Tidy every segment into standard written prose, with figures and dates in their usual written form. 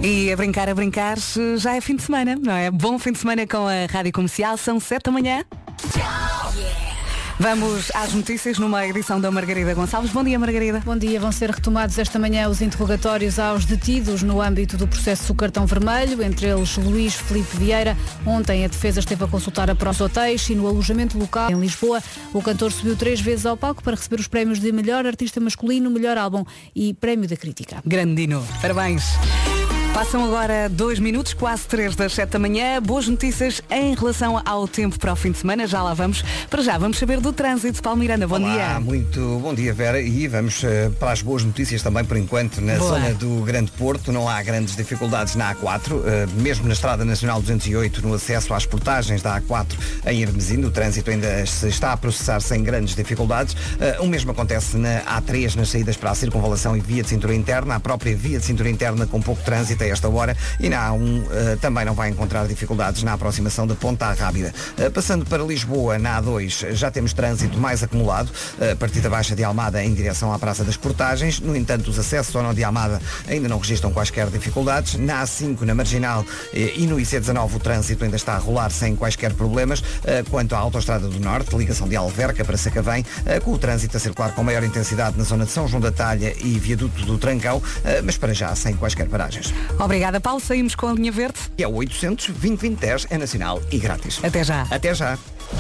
E a brincar, já é fim de semana, não é? Bom fim de semana com a Rádio Comercial, são 7 da manhã. Vamos às notícias numa edição da Margarida Gonçalves. Bom dia, Margarida. Bom dia. Vão ser retomados esta manhã os interrogatórios aos detidos no âmbito do processo do cartão vermelho, entre eles Luís Filipe Vieira. Ontem a defesa esteve a consultar a próprios hotéis e no alojamento local em Lisboa. O cantor subiu 3 vezes ao palco para receber os prémios de melhor artista masculino, melhor álbum e prémio da crítica. Grande Dino. Parabéns. Passam agora 2 minutos, quase 3 das 7 da manhã. Boas notícias em relação ao tempo para o fim de semana. Já lá vamos. Para já, vamos saber do trânsito. Paulo Miranda, bom dia. Muito bom dia, Vera. E vamos para as boas notícias também, por enquanto, na zona do Grande Porto. Não há grandes dificuldades na A4. Mesmo na Estrada Nacional 208, no acesso às portagens da A4 em Hermesinde, o trânsito ainda se está a processar sem grandes dificuldades. O mesmo acontece na A3, nas saídas para a Circunvalação e via de cintura interna. A própria via de cintura interna com pouco trânsito a esta hora, e na A1 também não vai encontrar dificuldades na aproximação da Ponta Rábida. Passando para Lisboa, na A2 já temos trânsito mais acumulado, a partir da Baixa de Almada em direção à Praça das Portagens. No entanto, os acessos ao Nó de Almada ainda não registram quaisquer dificuldades. Na A5, na Marginal e no IC19 o trânsito ainda está a rolar sem quaisquer problemas. Quanto à Autostrada do Norte, ligação de Alverca para Sacavém, com o trânsito a circular com maior intensidade na zona de São João da Talha e Viaduto do Trancão, mas para já sem quaisquer paragens. Obrigada, Paulo. Saímos com a linha verde. É o 800-2020-10, é nacional e grátis. Até já. Até já.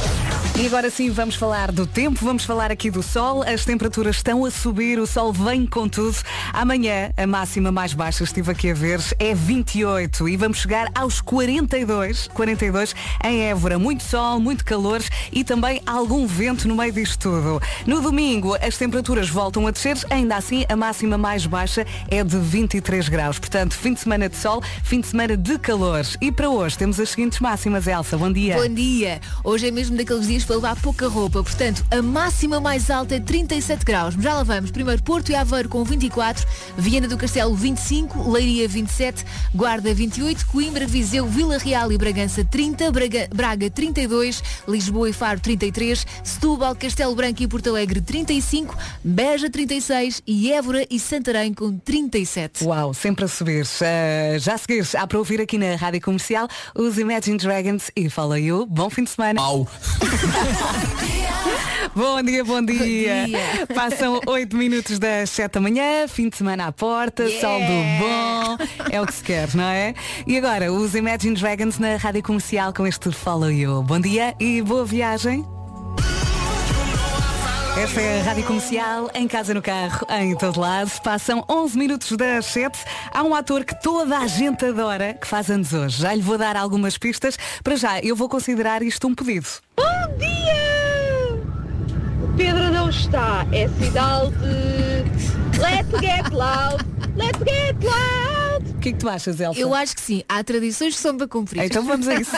E agora sim vamos falar do tempo, vamos falar aqui do sol. As temperaturas estão a subir, o sol vem com tudo. Amanhã a máxima mais baixa, estive aqui a ver, é 28 e vamos chegar aos 42 em Évora. Muito sol, muito calor e também algum vento no meio disto tudo. No domingo as temperaturas voltam a descer, ainda assim a máxima mais baixa é de 23 graus. Portanto, fim de semana de sol, fim de semana de calor. E para hoje temos as seguintes máximas. Elsa, bom dia. Bom dia. Hoje é mesmo daqueles dias para levar pouca roupa, portanto a máxima mais alta é 37 graus. Já lá vamos. Primeiro Porto e Aveiro com 24, Viana do Castelo 25, Leiria 27, Guarda 28, Coimbra, Viseu, Vila Real e Bragança 30, Braga 32, Lisboa e Faro 33, Setúbal, Castelo Branco e Porto Alegre 35, Beja 36 e Évora e Santarém com 37. Uau, sempre a subir. Já a seguir, há para ouvir aqui na Rádio Comercial os Imagine Dragons e Follow You. Bom fim de semana. Bom dia, bom dia. Passam 8 minutos das 7 da manhã, fim de semana à porta, sol do bom, é o que se quer, não é? E agora, os Imagine Dragons na Rádio Comercial com este Follow You. Bom dia e boa viagem. Esta é a Rádio Comercial, em casa, no carro, em todo lado. Passam 11 minutos das 7. Há um ator que toda a gente adora, que faz anos hoje. Já lhe vou dar algumas pistas. Para já, eu vou considerar isto um pedido. Bom dia! O Pedro não está. É sinal de Let's get loud! Let's get loud! O que é que tu achas, Elsa? Eu acho que sim. Há tradições que são para cumprir. Então vamos a isso.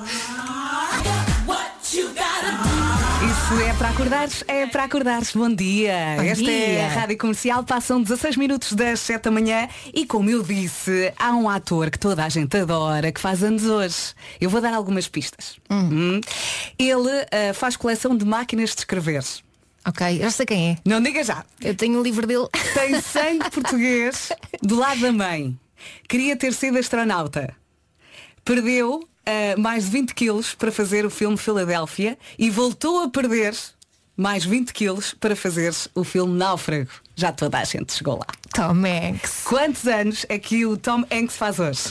Isso é para acordares, é para acordares. Bom dia. Esta é a Rádio Comercial. Passam 16 minutos das 7 da manhã e, como eu disse, há um ator que toda a gente adora, que faz anos hoje. Eu vou dar algumas pistas. Ele faz coleção de máquinas de escrever. Ok, já sei quem é. Não diga já. Eu tenho um livro dele. Tem sangue português do lado da mãe. Queria ter sido astronauta. Perdeu mais de 20 quilos para fazer o filme Filadélfia e voltou a perder mais 20 quilos para fazer o filme Náufrago. Já toda a gente chegou lá. Tom Hanks. Quantos anos é que o Tom Hanks faz hoje?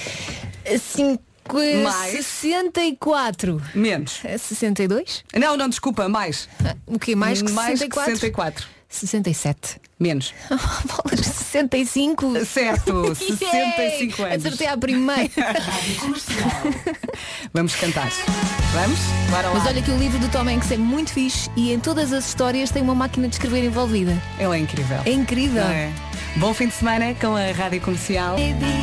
Mais. 64. Menos. 62? Não, desculpa, mais. O que mais que 64? Mais que 64. 67. Menos. 65. Certo, 65 anos. Acertei à primeira. Vamos cantar. Vamos? Bora lá. Mas olha que o livro do Tom Hanks é muito fixe e em todas as histórias tem uma máquina de escrever envolvida. Ele é incrível. É incrível. Não é? Bom fim de semana com a Rádio Comercial.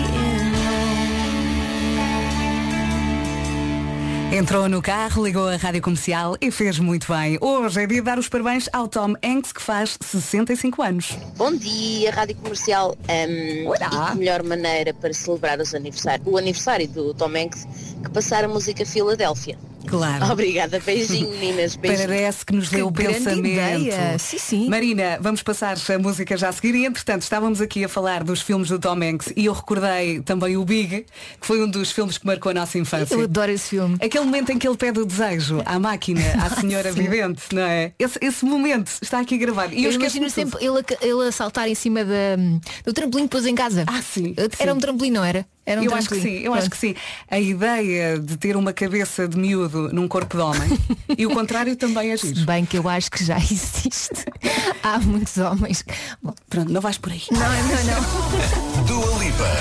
Entrou no carro, ligou a Rádio Comercial e fez muito bem. Hoje é dia de dar os parabéns ao Tom Hanks, que faz 65 anos. Bom dia, Rádio Comercial. E que melhor maneira para celebrar o aniversário do Tom Hanks que passar a música Filadélfia. Claro. Obrigada, beijinho, meninas. Beijinho. Parece que nos deu o grande pensamento. ideia. Sim, sim. Marina, vamos passar a música já a seguir. E entretanto, estávamos aqui a falar dos filmes do Tom Hanks e eu recordei também o Big, que foi um dos filmes que marcou a nossa infância. Eu adoro esse filme. Aquele momento em que ele pede o desejo à máquina, à senhora vidente, não é? Esse momento está aqui gravado. E eu imagino sempre ele a saltar em cima do trampolim que pôs em casa. Sim. Era um trampolim, não era? Era um eu trampolim. acho que sim, eu acho que sim. A ideia de ter uma cabeça de miúdo num corpo de homem e o contrário também é giro. Se bem que eu acho que já existe. Há muitos homens. Bom, pronto, não vais por aí. Não. Dua Lipa.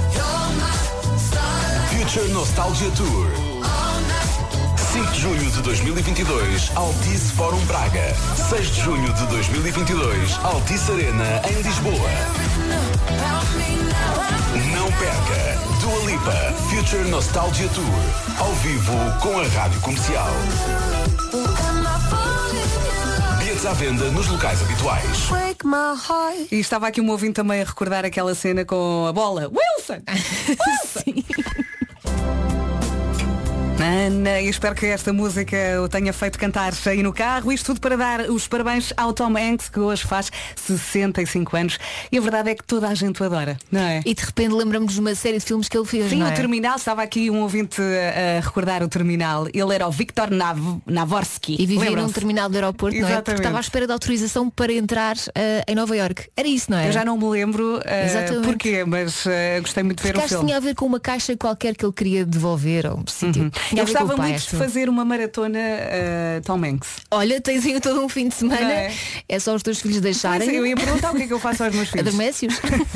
Future Nostalgia Tour. 5 de junho de 2022, Altice Fórum Braga. 6 de junho de 2022, Altice Arena, em Lisboa. Não perca! Dua Lipa Future Nostalgia Tour. Ao vivo com a Rádio Comercial. Bilhetes à venda nos locais habituais. E estava aqui um ouvinte também a recordar aquela cena com a bola. Wilson! Sim. Ana, e espero que esta música o tenha feito cantar aí no carro. Isto tudo para dar os parabéns ao Tom Hanks, que hoje faz 65 anos. E a verdade é que toda a gente o adora, não é? E de repente lembramos de uma série de filmes que ele fez. Sim, não é? o Terminal, estava aqui um ouvinte a recordar o Terminal. Ele era o Victor Navorsky. E vivia num terminal do aeroporto, não é? Porque estava à espera de autorização para entrar em Nova Iorque. Era isso, não é? Eu já não me lembro porquê, mas gostei muito de ver o filme. Tinha a ver com uma caixa qualquer que ele queria devolver ou um sítio. Eu gostava muito de fazer uma maratona Tom Hanks. Olha, tens aí todo um fim de semana. É só os teus filhos deixarem. Eu ia perguntar o que é que eu faço aos meus filhos. Adormece-os.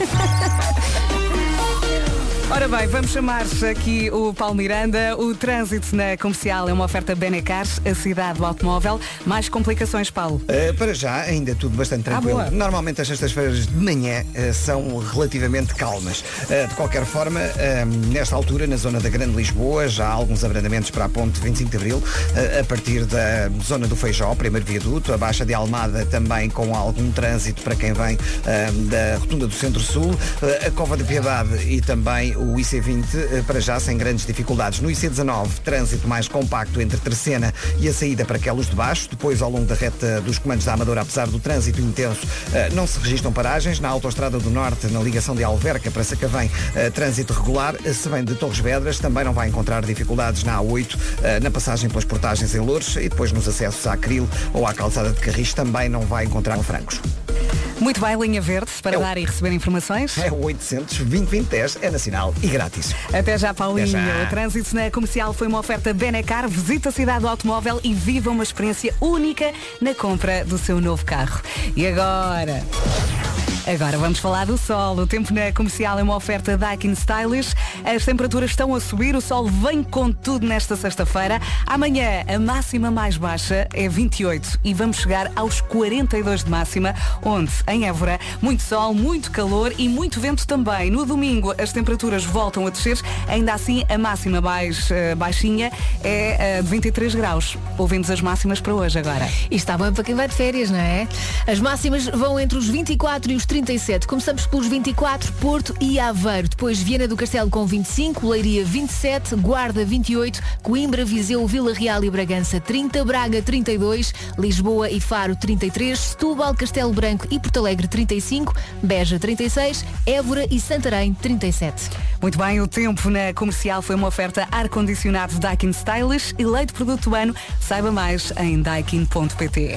Ora bem, vamos chamar aqui o Paulo Miranda. O trânsito na Comercial é uma oferta Benecar, a cidade do automóvel. Mais complicações, Paulo? Para já, ainda tudo bastante tranquilo. Normalmente as sextas-feiras de manhã são relativamente calmas. De qualquer forma, nesta altura, na zona da Grande Lisboa, já há alguns abrandamentos para a ponte 25 de Abril, a partir da zona do Feijó, primeiro viaduto, a Baixa de Almada também com algum trânsito para quem vem da Rotunda do Centro-Sul, a Cova de Piedade e também o IC20, para já sem grandes dificuldades. No IC19, trânsito mais compacto entre Terceira e a saída para Queluz de Baixo. Depois, ao longo da reta dos comandos da Amadora, apesar do trânsito intenso, não se registram paragens. Na Autoestrada do Norte, na ligação de Alverca para Sacavém, trânsito regular. Se vem de Torres Vedras, também não vai encontrar dificuldades na A8, na passagem pelas portagens em Loures, e depois nos acessos à Cril ou à calçada de Carris também não vai encontrar francos. Muito bem, linha verde, para dar e receber informações. É o 800-2020-10, é nacional e grátis. Até já, Paulinho. Até já. O trânsito na Comercial foi uma oferta Benecar. Visita a cidade do automóvel e viva uma experiência única na compra do seu novo carro. E agora vamos falar do sol. O tempo na Comercial é uma oferta Daikin Stylish. As temperaturas estão a subir, o sol vem com tudo nesta sexta-feira. Amanhã a máxima mais baixa é 28 e vamos chegar aos 42 de máxima, onde em Évora muito sol, muito calor e muito vento também. No domingo as temperaturas voltam a descer, ainda assim a máxima mais baixinha é de 23 graus. Ouvimos as máximas para hoje agora. E está bem para quem vai de férias, não é? As máximas vão entre os 24 e os 37. Começamos pelos 24, Porto e Aveiro. Depois Viana do Castelo com 25, Leiria 27, Guarda 28, Coimbra, Viseu, Vila Real e Bragança 30, Braga 32, Lisboa e Faro 33, Setúbal, Castelo Branco e Porto Alegre 35, Beja 36, Évora e Santarém 37. Muito bem, o tempo na Comercial foi uma oferta ar-condicionado Daikin Stylish, eleito produto do ano. Saiba mais em daikin.pt.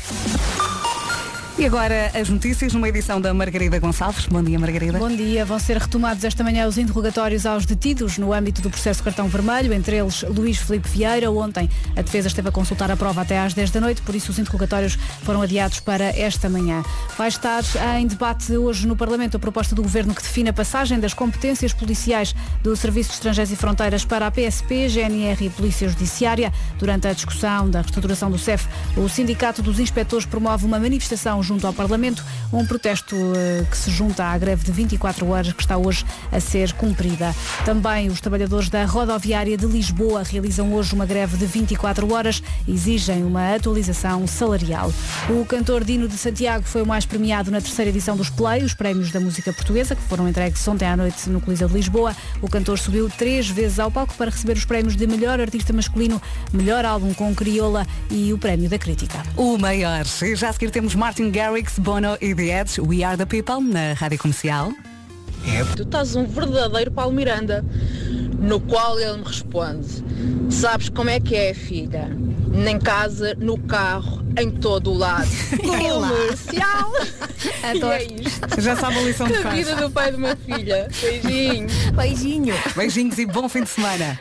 E agora as notícias numa edição da Margarida Gonçalves. Bom dia, Margarida. Bom dia. Vão ser retomados esta manhã os interrogatórios aos detidos no âmbito do processo cartão vermelho, entre eles Luís Filipe Vieira. Ontem a defesa esteve a consultar a prova até às 10 da noite, por isso os interrogatórios foram adiados para esta manhã. Vai estar em debate hoje no Parlamento a proposta do Governo que define a passagem das competências policiais do Serviço de Estrangeiros e Fronteiras para a PSP, GNR e Polícia Judiciária. Durante a discussão da reestruturação do CEF, o Sindicato dos Inspectores promove uma manifestação junto ao Parlamento, um protesto que se junta à greve de 24 horas que está hoje a ser cumprida. Também os trabalhadores da rodoviária de Lisboa realizam hoje uma greve de 24 horas e exigem uma atualização salarial. O cantor Dino de Santiago foi o mais premiado na terceira edição dos Play, os prémios da música portuguesa, que foram entregues ontem à noite no Coliseu de Lisboa. O cantor subiu 3 vezes ao palco para receber os prémios de melhor artista masculino, melhor álbum com crioula e o prémio da crítica. O maior. E já a seguir temos Martin Garrix, Bono e The Edge, We Are The People, na Rádio Comercial. Tu estás um verdadeiro Paulo Miranda, no qual ele me responde: sabes como é que é, filha? Nem casa, no carro, em todo o lado. Comercial! E é isto. Já sabe a lição de A casa. vida do pai de uma filha. Beijinho. Beijinho. Beijinhos e bom fim de semana.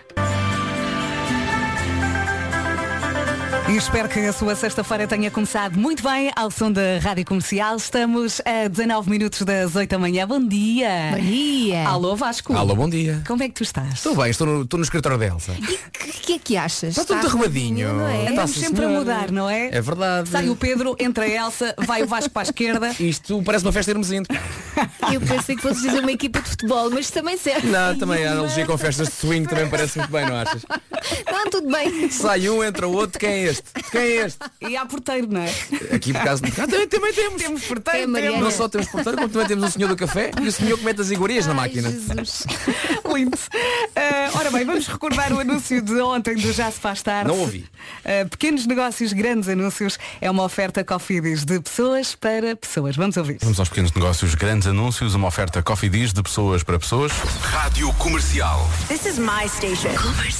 E espero que a sua sexta-feira tenha começado muito bem ao som da Rádio Comercial. Estamos a 19 minutos das 8 da manhã. Bom dia. Bom dia. Alô, Vasco. Alô, bom dia. Como é que tu estás? Estou bem, estou no escritório da Elsa. E o que é que achas? Está tudo arrumadinho. Não é? Andamos sim, sempre a senhora. mudar, não é? É verdade. Sai o Pedro, entra a Elsa, vai o Vasco para a esquerda. Isto parece uma festa de Hermesinde. Eu pensei que fosse dizer uma equipa de futebol, mas também serve. Não, também a analogia com festas de swing também parece muito bem, não achas? Não, tudo bem. Sai um, entra o outro, quem é este? Quem é este? E há porteiro, não é? Aqui por causa de... também temos. Temos É, porteiro, Mariana. Não só temos porteiro, como também temos o senhor do café e o senhor que mete as iguarias na máquina. Jesus. Lindo. Ora bem, vamos recordar o anúncio de ontem do Já se faz tarde. Não ouvi. Pequenos negócios, grandes anúncios. É uma oferta Cofidis de pessoas para pessoas. Vamos ouvir. Vamos aos pequenos negócios, grandes anúncios, uma oferta Cofidis de pessoas para pessoas. Rádio Comercial. This is my station.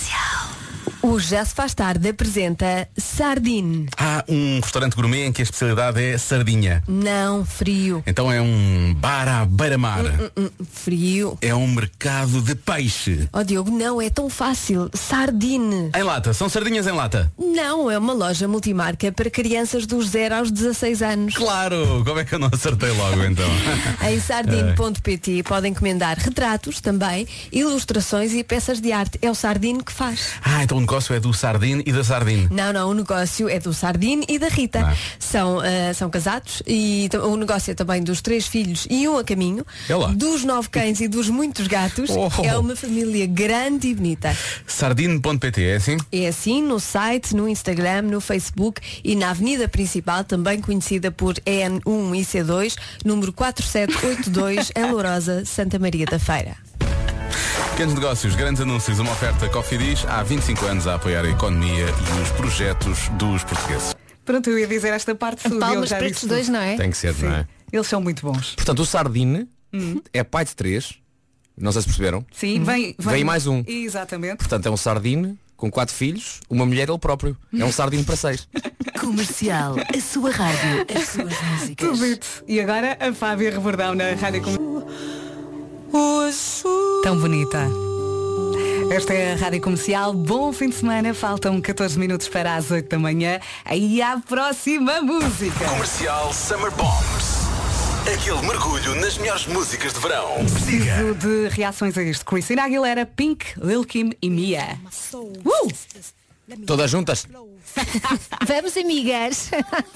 O Já se faz tarde apresenta Sardine. Há um restaurante gourmet em que a especialidade é sardinha. Não, frio. Então é um bar à beira-mar. Frio. É um mercado de peixe. Oh Diogo, não é tão fácil. Sardine. Em lata, são sardinhas em lata. Não, é uma loja multimarca para crianças dos 0 aos 16 anos. Claro, como é que eu não acertei logo então? Em sardine.pt podem encomendar retratos também, ilustrações e peças de arte. É o Sardine que faz. Então o negócio é do Sardine e da Sardine. Não, o negócio é do Sardine e da Rita. São casados e o negócio é também dos 3 filhos e um a caminho, dos 9 cães e dos muitos gatos. É uma família grande e bonita. Sardine.pt, é assim? É assim no site, no Instagram, no Facebook e na avenida principal, também conhecida por EN1 e C2, número 4782, em Lourosa, Santa Maria da Feira. Pequenos negócios, grandes anúncios, uma oferta Cofidis há 25 anos a apoiar a economia e os projetos dos portugueses. Pronto, eu ia dizer esta parte do Palmas para estes dois, não é? Tem que ser, Sim. não é? Eles são muito bons. Portanto, o Sardine é pai de 3. Não sei se perceberam. Sim, Vem mais um. Exatamente. Portanto, é um Sardine com 4 filhos, uma mulher ele próprio. É um Sardine para 6. Comercial, a sua rádio, as suas músicas. Tudo isso. E agora a Fábia Rebordão na Rádio Comercial. Tão bonita. Esta é a Rádio Comercial. Bom fim de semana. Faltam 14 minutos para as 8 da manhã. Aí a próxima música. Comercial Summer Bombs. Aquele mergulho nas melhores músicas de verão. Preciso de reações a isto. Cristina Aguilera, Pink, Lil Kim e Mia. Todas juntas. Vamos, amigas.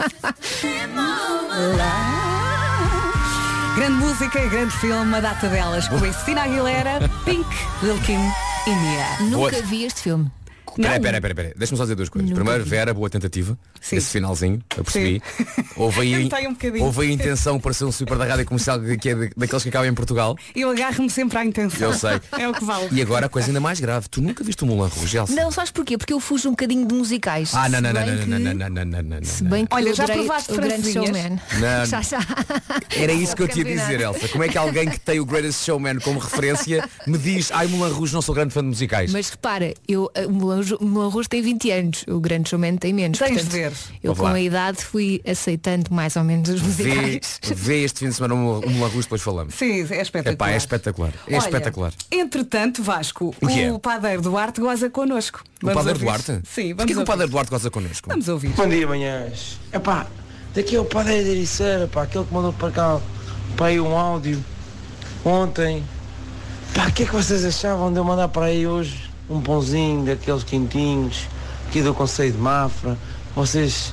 Grande música, grande filme, uma data delas. Cristina Aguilera, Pink, Lil Kim e Mia. Nunca vi este filme. Espera. Deixa-me só dizer 2 coisas. Primeiro, Vera, boa tentativa. Sim. Esse finalzinho, eu percebi. Houve Tentei um bocadinho. aí a intenção para ser um super da rádio comercial que é daqueles que acabam em Portugal. Eu agarro-me sempre à intenção. Eu sei. É o que vale. E agora a coisa ainda mais grave. Tu nunca viste o Moulin Rouge, Elsa? Não, sabes porquê? Porque eu fujo um bocadinho de musicais. Ah, não. Se bem que Olha, eu já adorei provaste o Grande francesinhas? Showman. Não. Já. Era isso que eu te ia dizer, Elsa. Como é que alguém que tem o Greatest Showman como referência me diz, ai, Moulin Rouge, não sou grande fã de musicais? Mas repara, o Moulin Rouge tem 20 anos, o Grande Showman tem menos. Tens portanto, de ver. Eu Vou com lá. a idade fui aceitando mais ou menos os musicais. Vê este fim de semana o Moulin Rouge, depois falamos. Sim, é espetacular. Epá, é espetacular. É Olha, espetacular. Entretanto, Vasco, O que é? o Padeiro Duarte goza connosco. O Vamos Padeiro ouvir. Duarte? Sim, vamos Porquê que o ouvir. Padeiro Duarte goza connosco? Vamos ouvir. Bom dia, manhãs. Epá, daqui é o Padeiro de Ericeira, pá, aquele que mandou para cá para aí um áudio ontem. Pá, o que é que vocês achavam de eu mandar para aí hoje um pãozinho daqueles quentinhos aqui do Conselho de Mafra? Vocês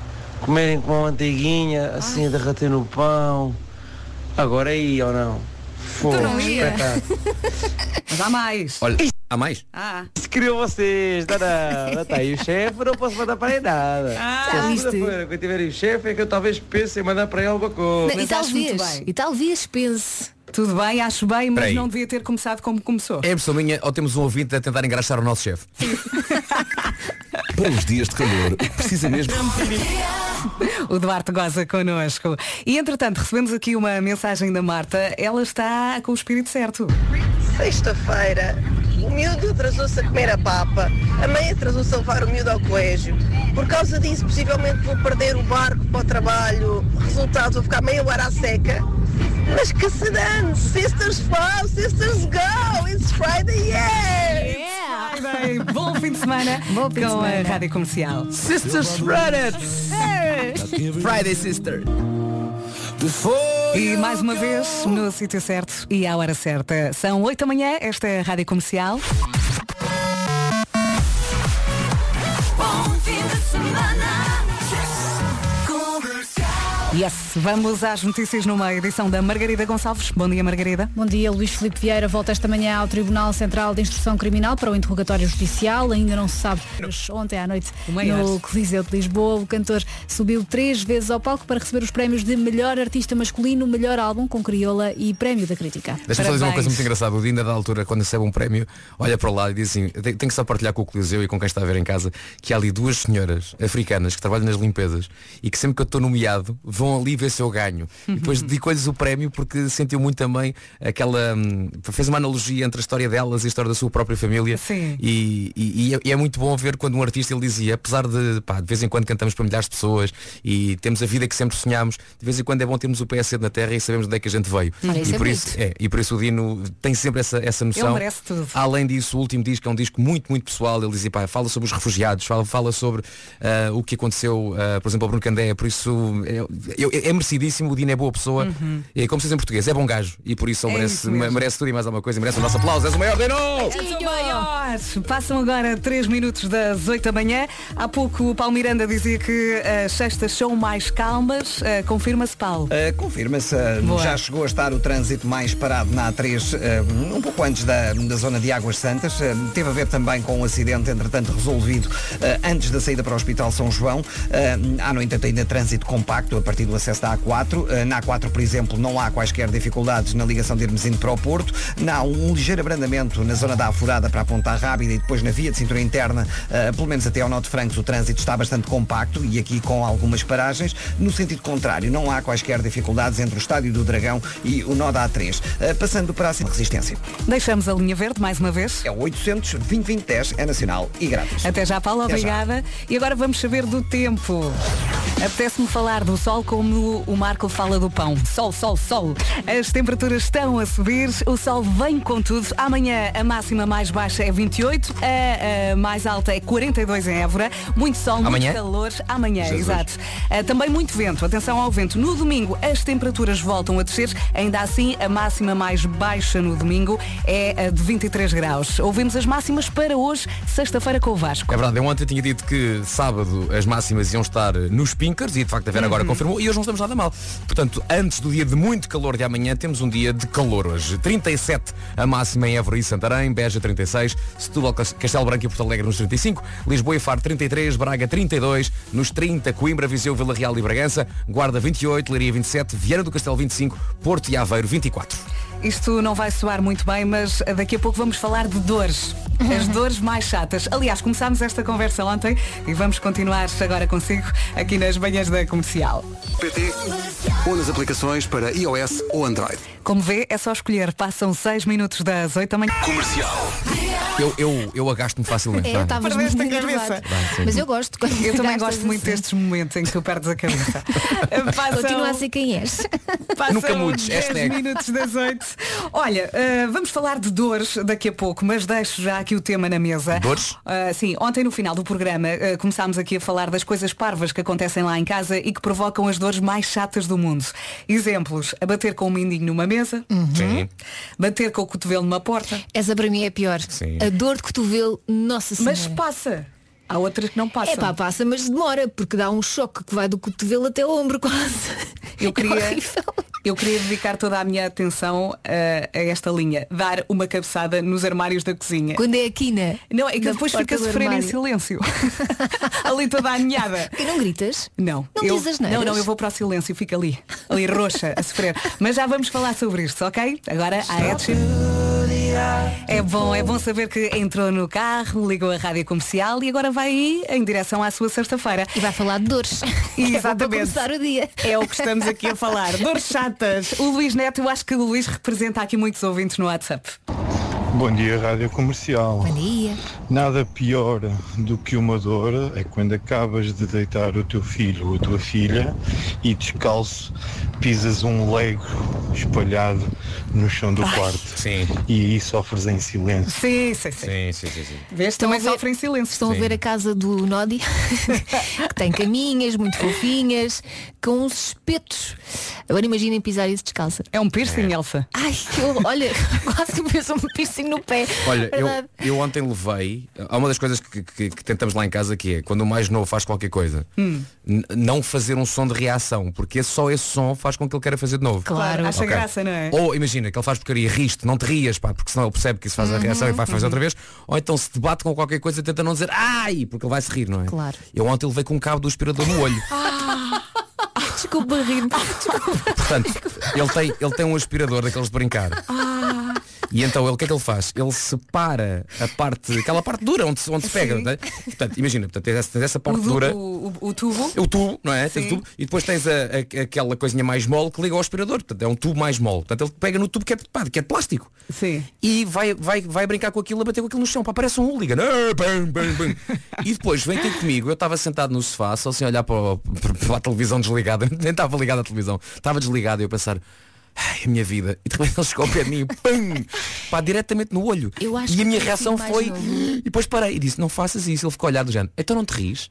comerem com uma manteiguinha, assim, a derreter no pão. Agora aí ou não? Tu não ia. Mas há mais. Olha, há mais? Se criou vocês, tá aí o chefe, não posso mandar para aí nada. Segunda-feira, quando tiverem o chefe, é que eu talvez pense em mandar para aí alguma coisa. E talvez pense. Tudo bem, acho bem, mas não devia ter começado como começou. É impressão minha, ou temos um ouvinte a tentar engraxar o nosso chefe. Para os dias de calor, precisa mesmo. O Duarte goza connosco. E entretanto, recebemos aqui uma mensagem da Marta. Ela está com o espírito certo. Sexta-feira, o miúdo atrasou-se a comer a papa. A mãe atrasou-se a levar o miúdo ao colégio. Por causa disso, possivelmente vou perder o barco para o trabalho. Resultado, vou ficar meia hora à seca. Mas que se dane! Sisters fall, sisters go! It's Friday, yeah! Friday! Bom fim de semana com a Rádio Comercial. Sisters run it! Friday Sister! E mais uma vez no sítio certo e à hora certa. São 8 da manhã, esta é a Rádio Comercial. Bom fim de semana. Yes, vamos às notícias numa edição da Margarida Gonçalves. Bom dia, Margarida. Bom dia, Luís Filipe Vieira volta esta manhã ao Tribunal Central de Instrução Criminal para o interrogatório judicial. Ainda não se sabe, mas ontem à noite no Coliseu de Lisboa o cantor subiu 3 vezes ao palco para receber os prémios de melhor artista masculino, melhor álbum com Crioula e prémio da crítica. Deixa-me só dizer uma coisa muito engraçada. O Dina, da altura, quando recebe um prémio, olha para o lado e diz assim, tem que só partilhar com o Coliseu e com quem está a ver em casa, que há ali 2 senhoras africanas que trabalham nas limpezas e que sempre que eu estou nomeado vão ali ver se eu ganho. E depois dedicou-lhes o prémio porque sentiu muito também aquela... fez uma analogia entre a história delas e a história da sua própria família. Sim. E é muito bom ver quando um artista ele dizia, apesar de vez em quando cantamos para milhares de pessoas e temos a vida que sempre sonhámos, de vez em quando é bom termos o pé cedo na terra e sabemos onde é que a gente veio. E por isso o Dino tem sempre essa noção. Ele merece tudo. Além disso, o último disco é um disco muito, muito pessoal. Ele dizia, fala sobre os refugiados, fala sobre o que aconteceu, por exemplo, ao Bruno Candé. Por isso é merecidíssimo. O Dino é boa pessoa. E como se diz em português, é bom gajo. E por isso ele merece tudo e mais alguma coisa. Merece o nosso aplauso. És o maior, Dino! És o maior! Passam agora 3 minutos das 8 da manhã. Há pouco o Paulo Miranda dizia que as sextas são mais calmas. Confirma-se, Paulo? Confirma-se. Já chegou a estar o trânsito mais parado na A3 um pouco antes da zona de Águas Santas. Teve a ver também com um acidente, entretanto, resolvido antes da saída para o Hospital São João. Há, no entanto, ainda trânsito compacto a partir do acesso da A4. Na A4, por exemplo, não há quaisquer dificuldades na ligação de Hermesinde para o Porto. Não há um ligeiro abrandamento na zona da Afurada para a Ponta Rábida e depois na via de cintura interna, pelo menos até ao Nó de Francos, o trânsito está bastante compacto e aqui com algumas paragens. No sentido contrário, não há quaisquer dificuldades entre o Estádio do Dragão e o Nó da A3. Passando para a Resistência. Deixamos a linha verde mais uma vez. É o 800-2020-10, é nacional e grátis. Até já, Paulo, obrigada. E agora vamos saber do tempo. Apetece-me falar do sol como o Marco fala do pão. Sol, sol, sol. As temperaturas estão a subir, o sol vem com tudo. Amanhã a máxima mais baixa é 28, a mais alta é 42 em Évora. Muito sol, muito calor. Amanhã, exato. Também muito vento. Atenção ao vento. No domingo as temperaturas voltam a descer. Ainda assim, a máxima mais baixa no domingo é de 23 graus. Ouvimos as máximas para hoje, sexta-feira com o Vasco. É verdade, eu ontem tinha dito que sábado as máximas iam estar nos Pinkers e de facto a Vera agora confirmou e hoje não estamos nada mal. Portanto, antes do dia de muito calor de amanhã, temos um dia de calor hoje. 37 a máxima em Évora e Santarém, Beja 36, Setúbal, Castelo Branco e Porto Alegre nos 35, Lisboa e Faro 33, Braga 32, nos 30, Coimbra, Viseu, Vila Real e Bragança, Guarda 28, Leiria 27, Viana do Castelo 25, Porto e Aveiro 24. Isto não vai soar muito bem, mas daqui a pouco vamos falar de dores. As dores mais chatas. Aliás, começámos esta conversa ontem e vamos continuar agora consigo aqui nas manhãs da Comercial. PT ou nas aplicações para iOS ou Android. Como vê, é só escolher. Passam 6 minutos das 8 da manhã. Comercial. Eu agasto-me facilmente. Eu estava Perdeste a cabeça. Mas eu gosto. Eu também gosto muito destes momentos em que tu perdes a cabeça. Continua a ser quem és. Nunca mudes. 10 minutos das 8. Olha, vamos falar de dores daqui a pouco, mas deixo já aqui o tema na mesa. Dores? Sim, ontem no final do programa começámos aqui a falar das coisas parvas que acontecem lá em casa e que provocam as dores mais chatas do mundo. Exemplos, a bater com o mindinho numa mesa, bater com o cotovelo numa porta. Essa para mim é pior. Sim. A dor de cotovelo, nossa senhora. Mas passa. Há outras que não passam. É pá, passa, mas demora, porque dá um choque que vai do cotovelo até o ombro quase. Eu queria dedicar toda a minha atenção a esta linha. Dar uma cabeçada nos armários da cozinha. Quando é a quina? Não, é que depois fica a sofrer em silêncio. Ali toda aninhada. E não gritas? Não. Não dizes asneiras? Não, eu vou para o silêncio, fico ali roxa, a sofrer. Mas já vamos falar sobre isto, ok? Agora a Ed Sheeran. É bom saber que entrou no carro, ligou a rádio comercial e agora vai ir em direção à sua sexta-feira. E vai falar de dores. Exatamente. Para começar o dia. É o que estamos aqui a falar. Dores chatas. O Luís Neto, eu acho que o Luís representa aqui muitos ouvintes no WhatsApp. Bom dia, Rádio Comercial. Bom dia. Nada pior do que uma dor é quando acabas de deitar o teu filho ou a tua filha e descalço pisas um lego espalhado no chão do quarto. Sim. E aí sofres em silêncio. Sim. Vês, também sofrem em silêncio. Estão a ver a casa do Nodi, que tem caminhas muito fofinhas, com uns espetos. Agora imaginem pisar isso descalça. É um piercing, Elsa? Ai, olha, quase que me fez um piercing no pé. Olha, eu ontem levei. Há uma das coisas que tentamos lá em casa, que é quando o mais novo faz qualquer coisa, não fazer um som de reação, porque só esse som faz com que ele queira fazer de novo. Claro, acha graça, não é? Ou imagina que ele faz porcaria, riste, não te rias, pá, porque senão ele percebe que isso faz a reação e vai fazer outra vez. Ou então se debate com qualquer coisa, tenta não dizer ai, porque ele vai se rir, não é? Claro. Eu ontem levei com um cabo do aspirador no olho. Desculpa rir-me. Portanto, ele tem um aspirador daqueles de brincar. E então o que é que ele faz? Ele separa aquela parte dura onde se pega, não é? Portanto, imagina, tens essa parte dura. O tubo. O tubo, não é? Tens o tubo, e depois tens aquela coisinha mais mole que liga ao aspirador. Portanto, é um tubo mais mole. Portanto, ele pega no tubo que é de plástico. Sim. E vai brincar com aquilo, a bater com aquilo no chão. Pá, parece um hooligan. E depois vem ter comigo. Eu estava sentado no sofá, só assim a olhar para a televisão desligada. Nem estava ligada a televisão. Estava desligada e eu pensar, ai, a minha vida. E de repente ele chegou ao pé de mim e pum, pá, diretamente no olho. E a minha reação foi e depois parei e disse, não faças isso. Ele ficou a olhar do género, então não te ris?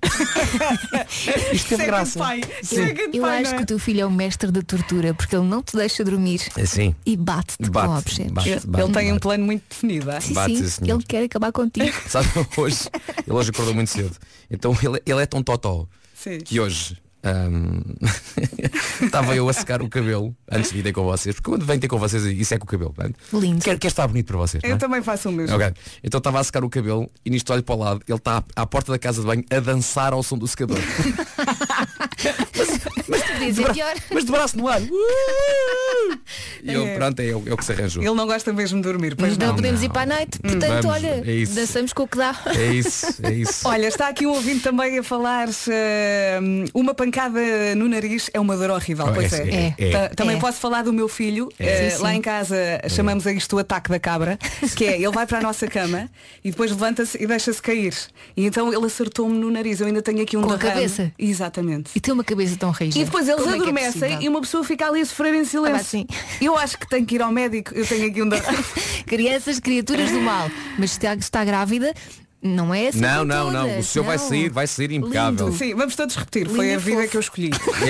Isto teve graça. Eu acho que o teu filho é o mestre da tortura, porque ele não te deixa dormir. Sim. E bate-te com objetos. Ele tem um plano muito definido. Sim, ele quer acabar contigo. Sabe, ele hoje acordou muito cedo. Então ele é tão totó que hoje estava eu a secar o cabelo antes de vir ter com vocês, porque quando venho ter com vocês e seco o cabelo, lindo. Quer estar bonito para vocês. Eu também faço o mesmo. Okay. Então estava a secar o cabelo e nisto olho para o lado, ele está à porta da casa de banho a dançar ao som do secador. mas de braço no ar. E eu, pronto, é o que se arranjou. Ele não gosta mesmo de dormir, pois não podemos ir para a noite, portanto, vamos, olha, dançamos com o que dá. É isso. Olha, está aqui um ouvinte também a falar uma pancada no nariz é uma dor horrível. Pois é. Também posso falar do meu filho. Lá em casa chamamos a isto o ataque da cabra, que é, ele vai para a nossa cama e depois levanta-se e deixa-se cair. E então ele acertou-me no nariz. Eu ainda tenho aqui um com derrame. A cabeça? Exatamente. E tem uma cabeça tão rígida. E depois eles adormecem e uma pessoa fica ali a sofrer em silêncio. Assim. Eu acho que tenho que ir ao médico. Eu tenho aqui um derrame. Crianças, criaturas do mal. Mas se está grávida, não é assim. Não. O seu vai sair impecável. Lindo. Sim, vamos todos repetir. Foi a vida que eu escolhi.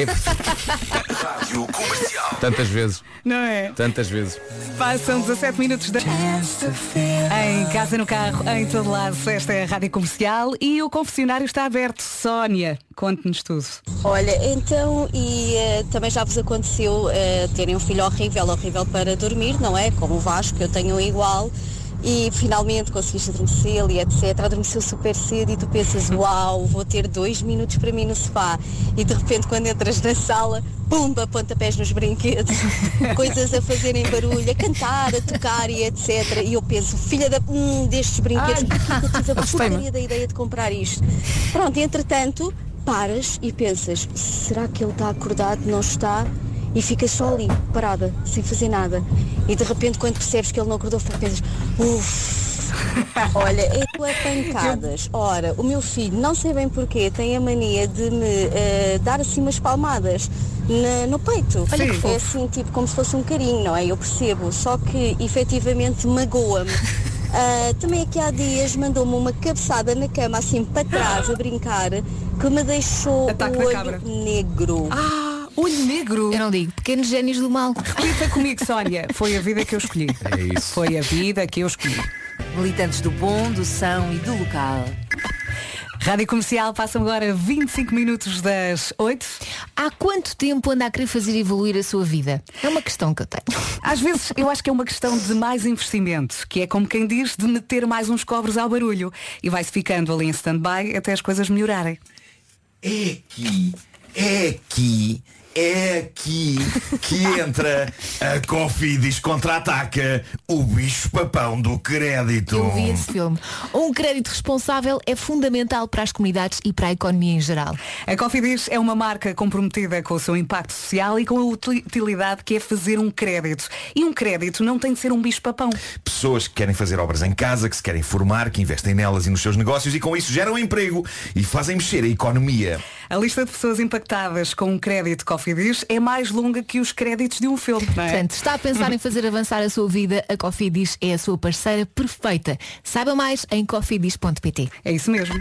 Tantas vezes. Não é? Tantas vezes. Passam 17 minutos em casa, no carro, em todo lado. Esta é a Rádio Comercial e o confessionário está aberto. Sónia, conte-nos tudo. Olha, então, também já vos aconteceu terem um filho horrível para dormir, não é? Como o Vasco, eu tenho um igual. E finalmente conseguiste adormecê-lo e etc. Adormeceu super cedo e tu pensas, uau, vou ter 2 minutos para mim no sofá. E de repente quando entras na sala, pumba, pontapés nos brinquedos, coisas a fazerem barulho, a cantar, a tocar e etc. E eu penso, filha destes brinquedos, porque eu tive a porcaria da ideia de comprar isto. Pronto, e entretanto, paras e pensas, será que ele está acordado? Não está? E ficas só ali, parada, sem fazer nada. E de repente, quando percebes que ele não acordou, pensas, uff, olha, é pancadas. Ora, o meu filho, não sei bem porquê, tem a mania de me dar assim umas palmadas no peito. Olha que é assim, tipo, como se fosse um carinho, não é? Eu percebo, só que efetivamente magoa-me. Também aqui há dias mandou-me uma cabeçada na cama, assim, para trás, a brincar, que me deixou o olho negro. Olho negro? Eu não digo, pequenos génios do mal. Repita comigo, Sónia. Foi a vida que eu escolhi. É isso. Foi a vida que eu escolhi. Militantes do bom, do são e do local. Rádio Comercial, passam agora 25 minutos das 8. Há quanto tempo anda a querer fazer evoluir a sua vida? É uma questão que eu tenho. Às vezes eu acho que é uma questão de mais investimento, que é como quem diz de meter mais uns cobres ao barulho. E vai-se ficando ali em stand-by até as coisas melhorarem. É aqui que entra a Cofidis contra-ataca o bicho-papão do crédito. Eu vi esse filme. Um crédito responsável é fundamental para as comunidades e para a economia em geral. A Cofidis é uma marca comprometida com o seu impacto social e com a utilidade que é fazer um crédito. E um crédito não tem de ser um bicho-papão. Pessoas que querem fazer obras em casa, que se querem formar, que investem nelas e nos seus negócios e com isso geram emprego e fazem mexer a economia. A lista de pessoas impactadas com um crédito Cofidis é mais longa que os créditos de um filme, não é? Portanto, está a pensar em fazer avançar a sua vida, a Cofidis é a sua parceira perfeita. Saiba mais em cofidis.pt. É isso mesmo.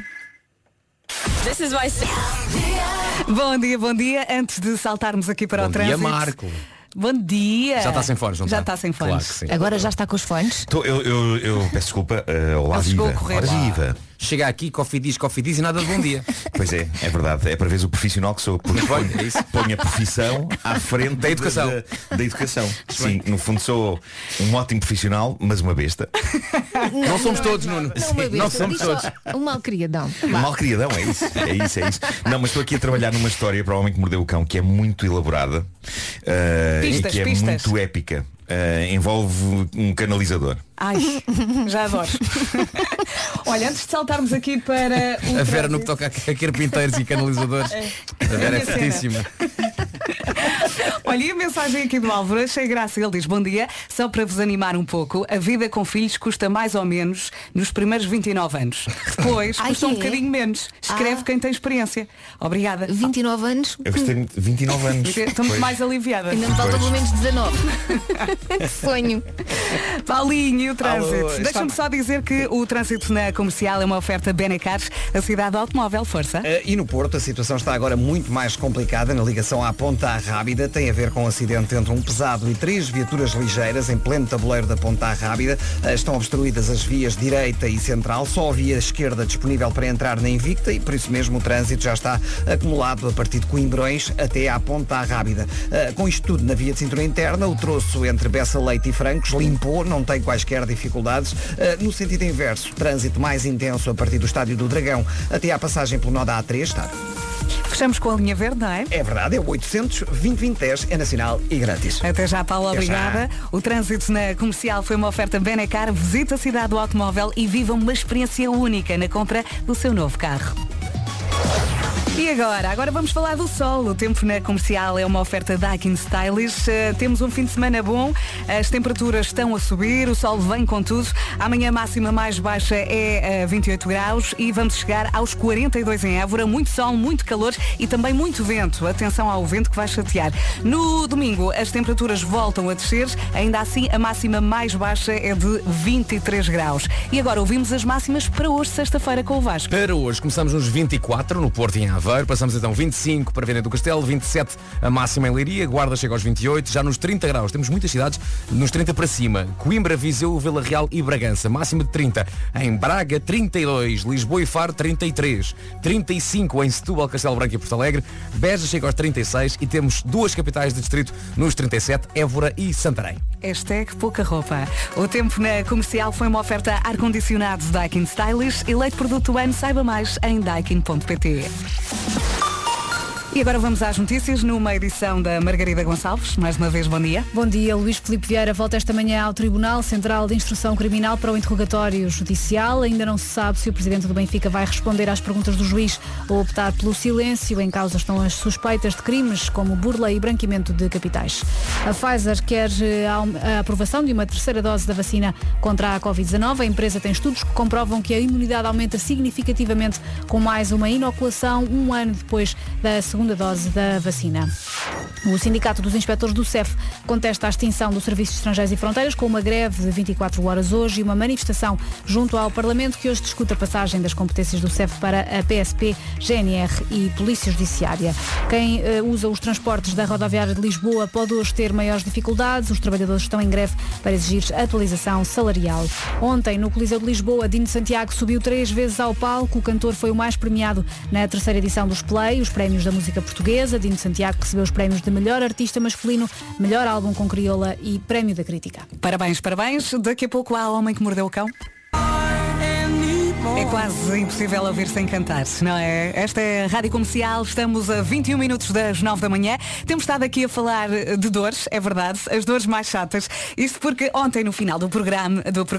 Bom dia. Antes de saltarmos aqui para o trânsito. Bom dia, Marco. Bom dia. Já está sem fones, não já está? Já está sem fones. Claro que sim. Agora já está com os fones? Eu peço desculpa. Olá, viva. Ora, viva. Chega aqui, Cofidis e nada de bom dia. Pois é verdade. É para ver o profissional que sou. Porque ponho a profissão à frente da educação. Da educação. Sim, no fundo sou um ótimo profissional, mas uma besta. Não somos todos, Nuno. Não somos todos. Um malcriadão. Um malcriadão, é isso. Não, mas estou aqui a trabalhar numa história para o Homem que Mordeu o Cão, que é muito elaborada e que é muito épica. Envolve um canalizador. Ai, já adoro. Olha, antes de saltarmos aqui para a Vera no que toca a carpinteiros e canalizadores. A Vera é fortíssima. Olha, e a mensagem aqui do Álvaro, achei graça. Ele diz: bom dia, só para vos animar um pouco, a vida com filhos custa mais ou menos nos primeiros 29 anos. Depois custa um bocadinho menos. Escreve quem tem experiência. Obrigada. 29 anos? Eu gostei de 29 anos. Estou muito mais aliviada. Ainda me falta pelo menos 19. Sonho. Paulinho, e o trânsito. Deixa-me só dizer que o trânsito na Comercial é uma oferta Benecar, a cidade do automóvel, força. E no Porto a situação está agora muito mais complicada na ligação à Ponta Rábida. Tem a ver com um acidente entre um pesado e 3 viaturas ligeiras em pleno tabuleiro da Ponta Rábida. Estão obstruídas as vias direita e central, só a via esquerda disponível para entrar na Invicta e por isso mesmo o trânsito já está acumulado a partir de Coimbrões até à Ponta Rábida. Com isto tudo na via de cintura interna, o troço entre Bessa Leite e Francos limpou, não tem quaisquer dificuldades. No sentido inverso, trânsito mais intenso a partir do Estádio do Dragão até à passagem pelo nó da A3. Está. Fechamos com a linha verde, não é? É verdade, é o 800-2020-10, é nacional e grátis. Até já, Paulo, obrigada. O trânsito na Comercial foi uma oferta Benecar. Visite a cidade do automóvel e viva uma experiência única na compra do seu novo carro. E agora vamos falar do sol. O tempo na Comercial é uma oferta Daikin Stylish. Temos um fim de semana bom, as temperaturas estão a subir, o sol vem com tudo. Amanhã a máxima mais baixa é 28 graus e vamos chegar aos 42 em Évora. Muito sol, muito calor e também muito vento. Atenção ao vento que vai chatear. No domingo as temperaturas voltam a descer, ainda assim a máxima mais baixa é de 23 graus. E agora ouvimos as máximas para hoje, sexta-feira, com o Vasco. Para hoje começamos nos 24 no Porto e em Aveiro. Passamos então 25 para Viana do Castelo, 27 a máxima em Leiria, Guarda chega aos 28, já nos 30 graus. Temos muitas cidades nos 30 para cima. Coimbra, Viseu, Vila Real e Bragança. Máxima de 30. Em Braga, 32. Lisboa e Faro, 33. 35 em Setúbal, Castelo Branco e Porto Alegre. Beja chega aos 36 e temos duas capitais de distrito nos 37, Évora e Santarém. Hashtag pouca roupa. O tempo na Comercial foi uma oferta ar-condicionado Daikin Stylish. Eleito produto do ano, saiba mais em daikin.pt. E agora vamos às notícias numa edição da Margarida Gonçalves. Mais uma vez, bom dia. Bom dia. Luís Filipe Vieira volta esta manhã ao Tribunal Central de Instrução Criminal para o interrogatório judicial. Ainda não se sabe se o Presidente do Benfica vai responder às perguntas do juiz ou optar pelo silêncio. Em causa estão as suspeitas de crimes como burla e branqueamento de capitais. A Pfizer quer a aprovação de uma terceira dose da vacina contra a Covid-19. A empresa tem estudos que comprovam que a imunidade aumenta significativamente com mais uma inoculação um ano depois da segunda segunda dose da vacina. O Sindicato dos Inspectores do CEF contesta a extinção do Serviço de Estrangeiros e Fronteiras com uma greve de 24 horas hoje e uma manifestação junto ao Parlamento que hoje discute a passagem das competências do CEF para a PSP, GNR e Polícia Judiciária. Quem usa os transportes da rodoviária de Lisboa pode hoje ter maiores dificuldades. Os trabalhadores estão em greve para exigir atualização salarial. Ontem, no Coliseu de Lisboa, Dino Santiago subiu 3 vezes ao palco. O cantor foi o mais premiado na terceira edição dos Play, os prémios da música portuguesa. Dino Santiago recebeu os prémios de melhor artista masculino, melhor álbum com crioula e prémio da crítica. Parabéns, parabéns. Daqui a pouco há O Homem que Mordeu o Cão. É quase impossível ouvir sem cantar, não é? Esta é a Rádio Comercial, estamos a 21 minutos das 9 da manhã. Temos estado aqui a falar de dores, é verdade, as dores mais chatas. Isto porque ontem, no final do programa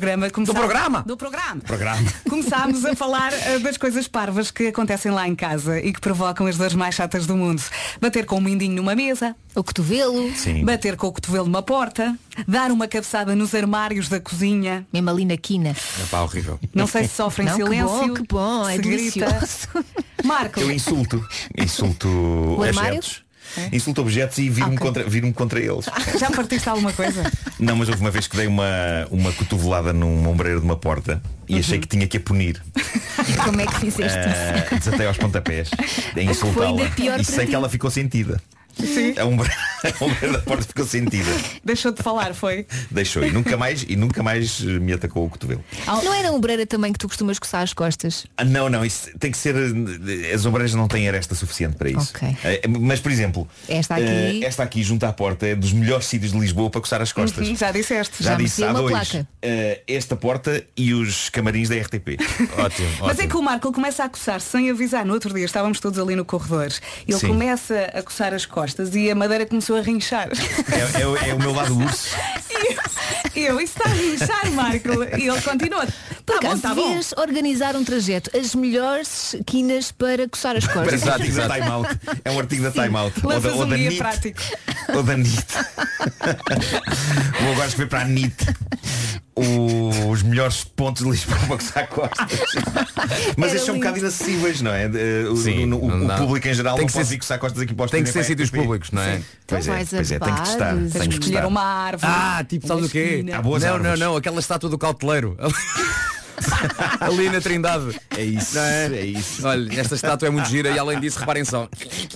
começámos a falar das coisas parvas que acontecem lá em casa e que provocam as dores mais chatas do mundo. Bater com um mindinho numa mesa, o cotovelo, bater com o cotovelo numa porta, dar uma cabeçada nos armários da cozinha. Mesmo ali na quina. É pá, horrível. Não sei se sofrem silêncio. Que bom, é delicioso. Marco. Eu insulto objetos. Insulto objetos e viro-me contra eles. Já partiste alguma coisa? Não, mas houve uma vez que dei uma cotovelada num ombreiro de uma porta e achei que tinha que a punir. Como é que fizeste isso? Desatei aos pontapés a insultá-la e sei que ela ficou sentida. Sim. A ombreira da porta ficou sentida. Deixou de falar, foi? Deixou e nunca mais me atacou o cotovelo. Não era a ombreira também que tu costumas coçar as costas? Não, isso tem que ser. As ombreiras não têm aresta suficiente para isso. Okay. Mas, por exemplo, esta aqui junto à porta é dos melhores sítios de Lisboa para coçar as costas. Já disseste. Já disse, há dois. Esta porta e os camarins da RTP. Ótimo. Mas é que o Marco começa a coçar sem avisar. No outro dia estávamos todos ali no corredor. Ele começa a coçar as costas e a madeira começou a rinchar. É o meu lado urso. Isso está a rinchar, Marco. E ele continua. Tá bom. Organizar um trajeto, as melhores quinas para coçar as costas. Exato. Time Out. É um artigo da Time Out. Ou da NIT. Prático. Ou da NIT. Vou agora escrever para a NIT. Os melhores pontos de Lisboa para coçar costas. Mas estes são um bocado inacessíveis, não é? O público em geral não pode vir coçar costas aqui para os tem que ser sítios públicos, não é? Pois é, tem que testar. Tens que escolher uma árvore. Tipo, sabes o quê? Não, aquela estátua do cauteleiro. Ali na Trindade. É isso, é isso. Olha, esta estátua é muito gira e além disso, reparem só.